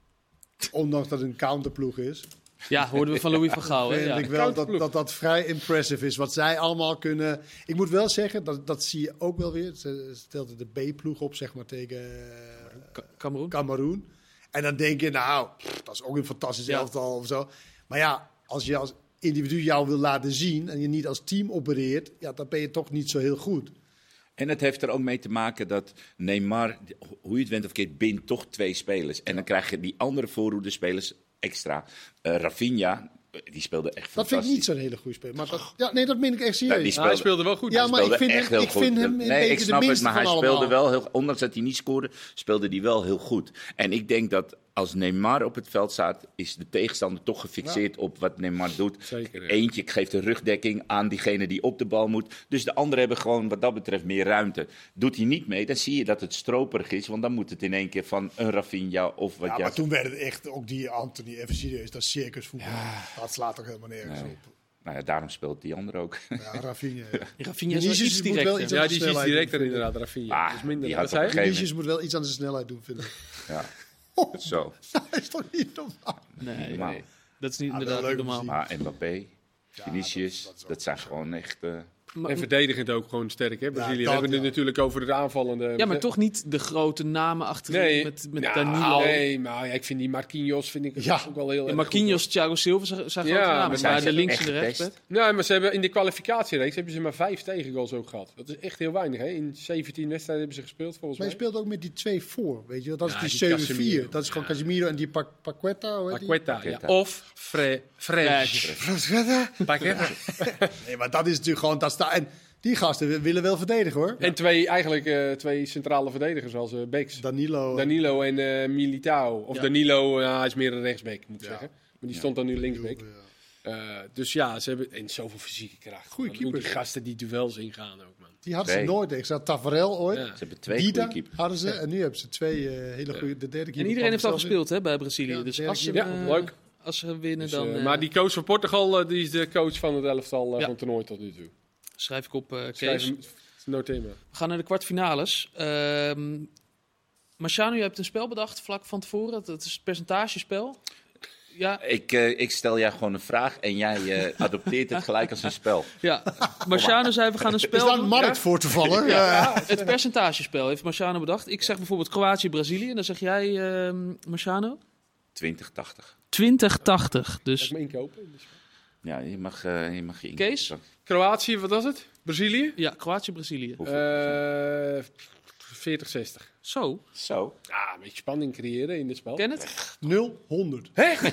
S3: Ondanks dat het een counterploeg is.
S1: Ja, hoorden we van Louis van Gaal. Hè?
S3: Vind
S1: Ja.
S3: ik wel dat, dat dat vrij impressive is. Wat zij allemaal kunnen... Ik moet wel zeggen, dat, dat zie je ook wel weer. Ze stelde de B-ploeg op, zeg maar, tegen uh,
S1: Kameroen.
S3: Cameroen. En dan denk je, nou, pff, dat is ook een fantastisch
S1: Ja.
S3: elftal of zo. Maar ja, als je als individu jou wil laten zien... en je niet als team opereert... ja, dan ben je toch niet zo heel goed.
S2: En het heeft er ook mee te maken dat Neymar, hoe je het went of keert, bindt toch twee spelers. En dan krijg je die andere voorhoedespelers extra. Uh, Rafinha, die speelde echt
S3: Dat
S2: fantastisch.
S3: vind ik niet zo'n hele goede speler. Maar dat, ja, nee, dat meen ik echt
S2: Ja,
S3: serieus.
S2: die
S4: Nou, hij speelde wel goed.
S3: Ja,
S2: Hij
S3: maar ik
S2: speelde
S3: vind
S2: echt
S3: hem-
S2: heel
S3: ik
S2: goed.
S3: vind hem een
S2: nee,
S3: beetje
S2: ik
S3: de
S2: snap het,
S3: minste
S2: maar hij
S3: van
S2: speelde
S3: allemaal.
S2: wel heel, ondanks dat hij niet scoorde, speelde hij wel heel goed. En ik denk dat als Neymar op het veld staat, is de tegenstander toch gefixeerd op wat Neymar doet.
S4: Zeker, ja.
S2: Eentje geeft de rugdekking aan diegene die op de bal moet. Dus de anderen hebben gewoon wat dat betreft meer ruimte. Doet hij niet mee, dan zie je dat het stroperig is, want dan moet het in één keer van een Rafinha of wat
S3: Ja,
S2: jij
S3: maar toen werd het echt, ook die Anthony, even serieus, dat circusvoetbal. Dat slaat toch helemaal nergens
S2: Nee.
S3: op.
S2: Nou ja, daarom speelt die ander ook.
S3: Ja, Rafinha. Ja.
S1: Rafinha is wel
S3: Vinicius
S1: iets
S3: moet wel
S1: directer.
S3: iets
S4: Ja,
S3: aan
S4: die
S3: de
S4: is iets
S3: snelheid
S4: directer
S3: doen,
S4: inderdaad, Rafinha.
S2: Ah,
S4: Dat is minder.
S2: die
S4: Wat
S2: had
S4: zei
S2: op
S4: je?
S2: een
S3: Vinicius moet wel iets aan de snelheid doen, vind ik.
S2: Ja,
S3: Oh,
S2: zo.
S3: dat is toch niet normaal?
S1: Nee,
S2: Normaal.
S1: nee, dat is niet
S3: Ah, wel
S1: inderdaad
S3: leuk om
S1: normaal.
S3: te
S2: Maar Mbappé, Vinicius,
S3: dat- dat is ook
S2: dat zijn gewoon echt... uh,
S1: Maar-
S4: En verdedigend ook gewoon sterk, hè? Brazilië.
S3: dat,
S4: We hebben het
S3: ja.
S4: natuurlijk over de aanvallende...
S1: Ja, maar toch niet de grote namen achterin
S4: Nee,
S1: met, met
S4: nou,
S1: Danilo.
S4: Nee, maar ja, ik vind die Marquinhos vind ik
S3: Ja.
S4: ook wel heel
S1: Ja,
S4: erg
S1: Marquinhos, Thiago Silva zijn, zijn grote
S4: Ja,
S1: namen.
S4: maar
S1: Maar,
S2: zijn
S1: de
S2: ze
S1: links en
S2: echt
S1: de rechts.
S2: getest?
S1: Pet.
S4: goed. Nee, maar ze hebben in de kwalificatiereeks hebben ze maar vijf tegengoals ook gehad. Dat is echt heel weinig, hè? In zeventien wedstrijden hebben ze gespeeld, volgens
S3: Maar je
S4: mij.
S3: speelt ook met die twee voor, weet je wel. Dat is
S4: Ja,
S3: die
S4: die
S3: zeven vier.
S4: Casemiro.
S3: Dat is gewoon
S4: Ja.
S3: Casemiro en die Pa- Paqueta, hoe heet die?
S4: Paqueta, ja.
S2: Paqueta.
S4: Of Fre Fred. Paqueta.
S3: Nee, maar dat is natuurlijk gewoon... Dat sta en die gasten wi- willen wel verdedigen, hoor.
S4: En twee, eigenlijk eh, twee centrale verdedigers, zoals eh Beks.
S3: Danilo.
S4: Danilo en eh, Militao. Of
S1: Ja.
S4: Danilo, ja, hij is meer een rechtsback, moet ik
S3: Ja.
S4: zeggen. Maar die stond dan nu linksback.
S3: Ja.
S4: Eh, dus ja, ze hebben en zoveel fysieke kracht.
S3: Goeie
S4: Man, hoe
S3: keepers,
S4: die
S3: hè?
S4: gasten die duels ingaan ook, man.
S3: Die hadden ze
S2: Twee.
S3: nooit. Ik zag Tafarel ooit.
S4: Ja.
S2: Ze hebben twee
S3: Dida
S2: goede keepers.
S3: hadden ze. En nu hebben ze twee eh, hele goede... De derde keeper
S1: En iedereen
S3: kwam
S1: heeft al
S3: er zelf in.
S1: gespeeld hè, bij Brazilië.
S3: Ja,
S1: dus
S3: derde
S1: als ze,
S3: keer.
S4: Ja,
S1: eh,
S4: leuk.
S1: als ze winnen,
S4: Dus,
S1: dan
S4: eh,
S1: eh,
S4: maar die coach van Portugal, eh, die is de coach van het elftal eh,
S1: Ja.
S4: van het toernooi tot nu toe.
S1: schrijf ik op uh,
S4: Schrijf
S1: Kees.
S4: hem, noteer me.
S1: We gaan naar de kwartfinales. Ehm Marciano, je hebt een spel bedacht vlak van tevoren. Dat is het percentagespel. Ja,
S2: Ik, eh, ik stel jou gewoon een vraag en jij eh, adopteert het gelijk als een spel.
S1: ja. Marciano zei, we gaan een
S3: Is
S1: spel
S3: daar
S1: doen.
S3: een markt voor toevallig? Ja.
S1: Het percentagespel heeft Marciano bedacht. Ik zeg bijvoorbeeld Kroatië-Brazilië. En dan zeg jij, ehm Marciano?
S2: twintig tachtig.
S1: twintig tachtig.
S4: Ga ik
S1: Dus
S4: me inkopen?
S2: Ja, je mag, eh, je mag je
S1: Kees?
S2: inkopen.
S4: Kroatië, wat was het? Brazilië?
S1: ja, Kroatië-Brazilië.
S2: Hoeveel?
S4: Eh veertig zestig.
S1: Zo,
S2: Zo.
S4: Ja, een beetje spanning creëren in dit spel.
S1: ken het?
S3: nul honderd.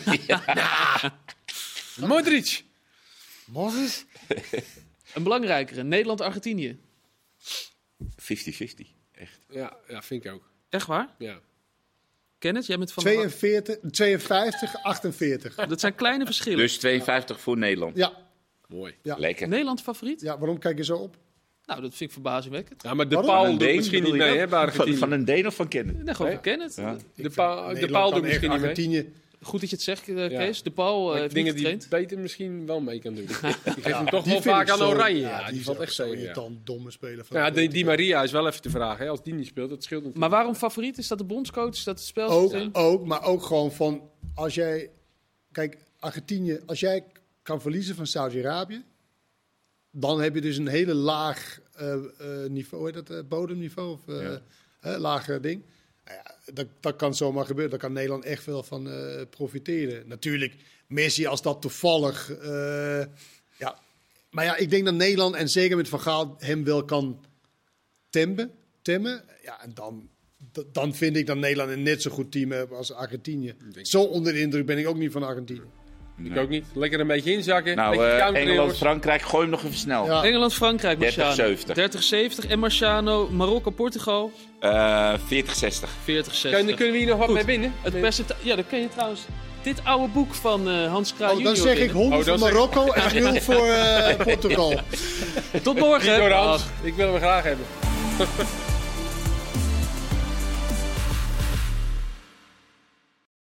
S4: Modric.
S3: Moses?
S1: Een belangrijkere, Nederland-Argentinië.
S2: vijftig vijftig. Echt.
S4: Ja, ja, vind ik ook.
S1: Echt waar?
S4: Ja.
S1: Ken het? Jij bent van...
S3: tweeënveertig, tweeënvijftig, achtenveertig.
S1: Dat zijn kleine verschillen.
S2: Dus tweeënvijftig voor Nederland.
S3: Ja.
S4: Mooi.
S3: Ja.
S2: Lekker.
S1: Nederland favoriet?
S3: ja, waarom kijk je zo op?
S1: Nou, dat vind ik verbazingwekkend.
S4: Ja, maar de
S3: Waarom?
S4: Paul
S2: Van een
S4: doet
S2: Deen
S4: misschien niet
S2: bedoel je
S4: mee,
S2: dat?
S4: hè, bij
S2: Van,
S4: Argentinië.
S2: van een Deen of van Kennen?
S1: Nee, gewoon
S4: Nee?
S1: ken het.
S2: Ja.
S4: De, pa de
S3: Nederland
S4: Paul
S3: kan
S4: doet misschien
S3: echt
S4: niet mee.
S3: Argentinië.
S1: Goed dat je het zegt, eh,
S4: Ja.
S1: Kees. De Paul eh,
S4: Maar
S1: heeft
S4: dingen
S1: niet
S4: die
S1: getraind.
S4: beter misschien wel mee kan doen. Die geeft hem toch
S3: Die
S4: wel
S3: vind
S4: vaak
S3: ik
S4: aan
S3: zo-
S4: oranje.
S3: Ja,
S4: Ja, die,
S3: is
S4: valt
S3: ook
S4: echt
S3: zo
S4: tegen. Ja.
S3: irritant, domme speler. Van
S4: Ja,
S3: de
S4: die, die Maria is wel even te vragen. Hè. Als die niet speelt, dat scheelt natuurlijk.
S1: Maar waarom favoriet? Is dat de bondscoach? Is dat het
S3: Ook,
S1: spelsysteem?
S3: ook, maar ook gewoon van... Als jij... Kijk, Argentinië... Als jij kan verliezen van Saudi-Arabië... Dan heb je dus een hele laag eh, eh, niveau... Hoe heet dat? eh, bodemniveau? Of eh
S2: Ja.
S3: eh, laag eh, ding. Nou ja, dat, dat kan zomaar gebeuren. Daar kan Nederland echt wel van eh, profiteren. Natuurlijk, Messi als dat toevallig... eh, ja. Maar ja, ik denk dat Nederland, en zeker met Van Gaal, hem wel kan temmen. temmen. Ja, en dan... d- Dan vind ik dat Nederland een net zo goed team heeft als Argentinië. Zo onder de indruk ben ik ook niet van Argentinië.
S4: Ik ook niet. Lekker een beetje inzakken.
S2: Nou,
S4: beetje
S2: eh,
S4: counteren, jongens.
S2: Engeland-Frankrijk, gooi hem nog even snel.
S3: Ja.
S1: Engeland-Frankrijk, Marciano.
S2: dertig zeventig.
S1: dertig zeventig. En Marciano, Marokko-Portugal,
S2: Eh, veertig zestig.
S1: veertig
S4: Kunnen,
S1: zestig.
S4: kunnen we hier nog wat
S1: Goed.
S4: mee winnen?
S1: Het percenta- ja, dat ken je trouwens. Dit oude boek van eh, Hans Kraaij
S3: Oh, dan
S1: junior
S3: zeg ik
S1: winnen.
S3: honderd
S4: Oh, dan
S3: voor
S4: zeg-
S3: Marokko en nul voor eh, Portugal.
S1: Tot morgen.
S4: Niet door Hans.
S1: Dag.
S4: Ik wil hem graag hebben.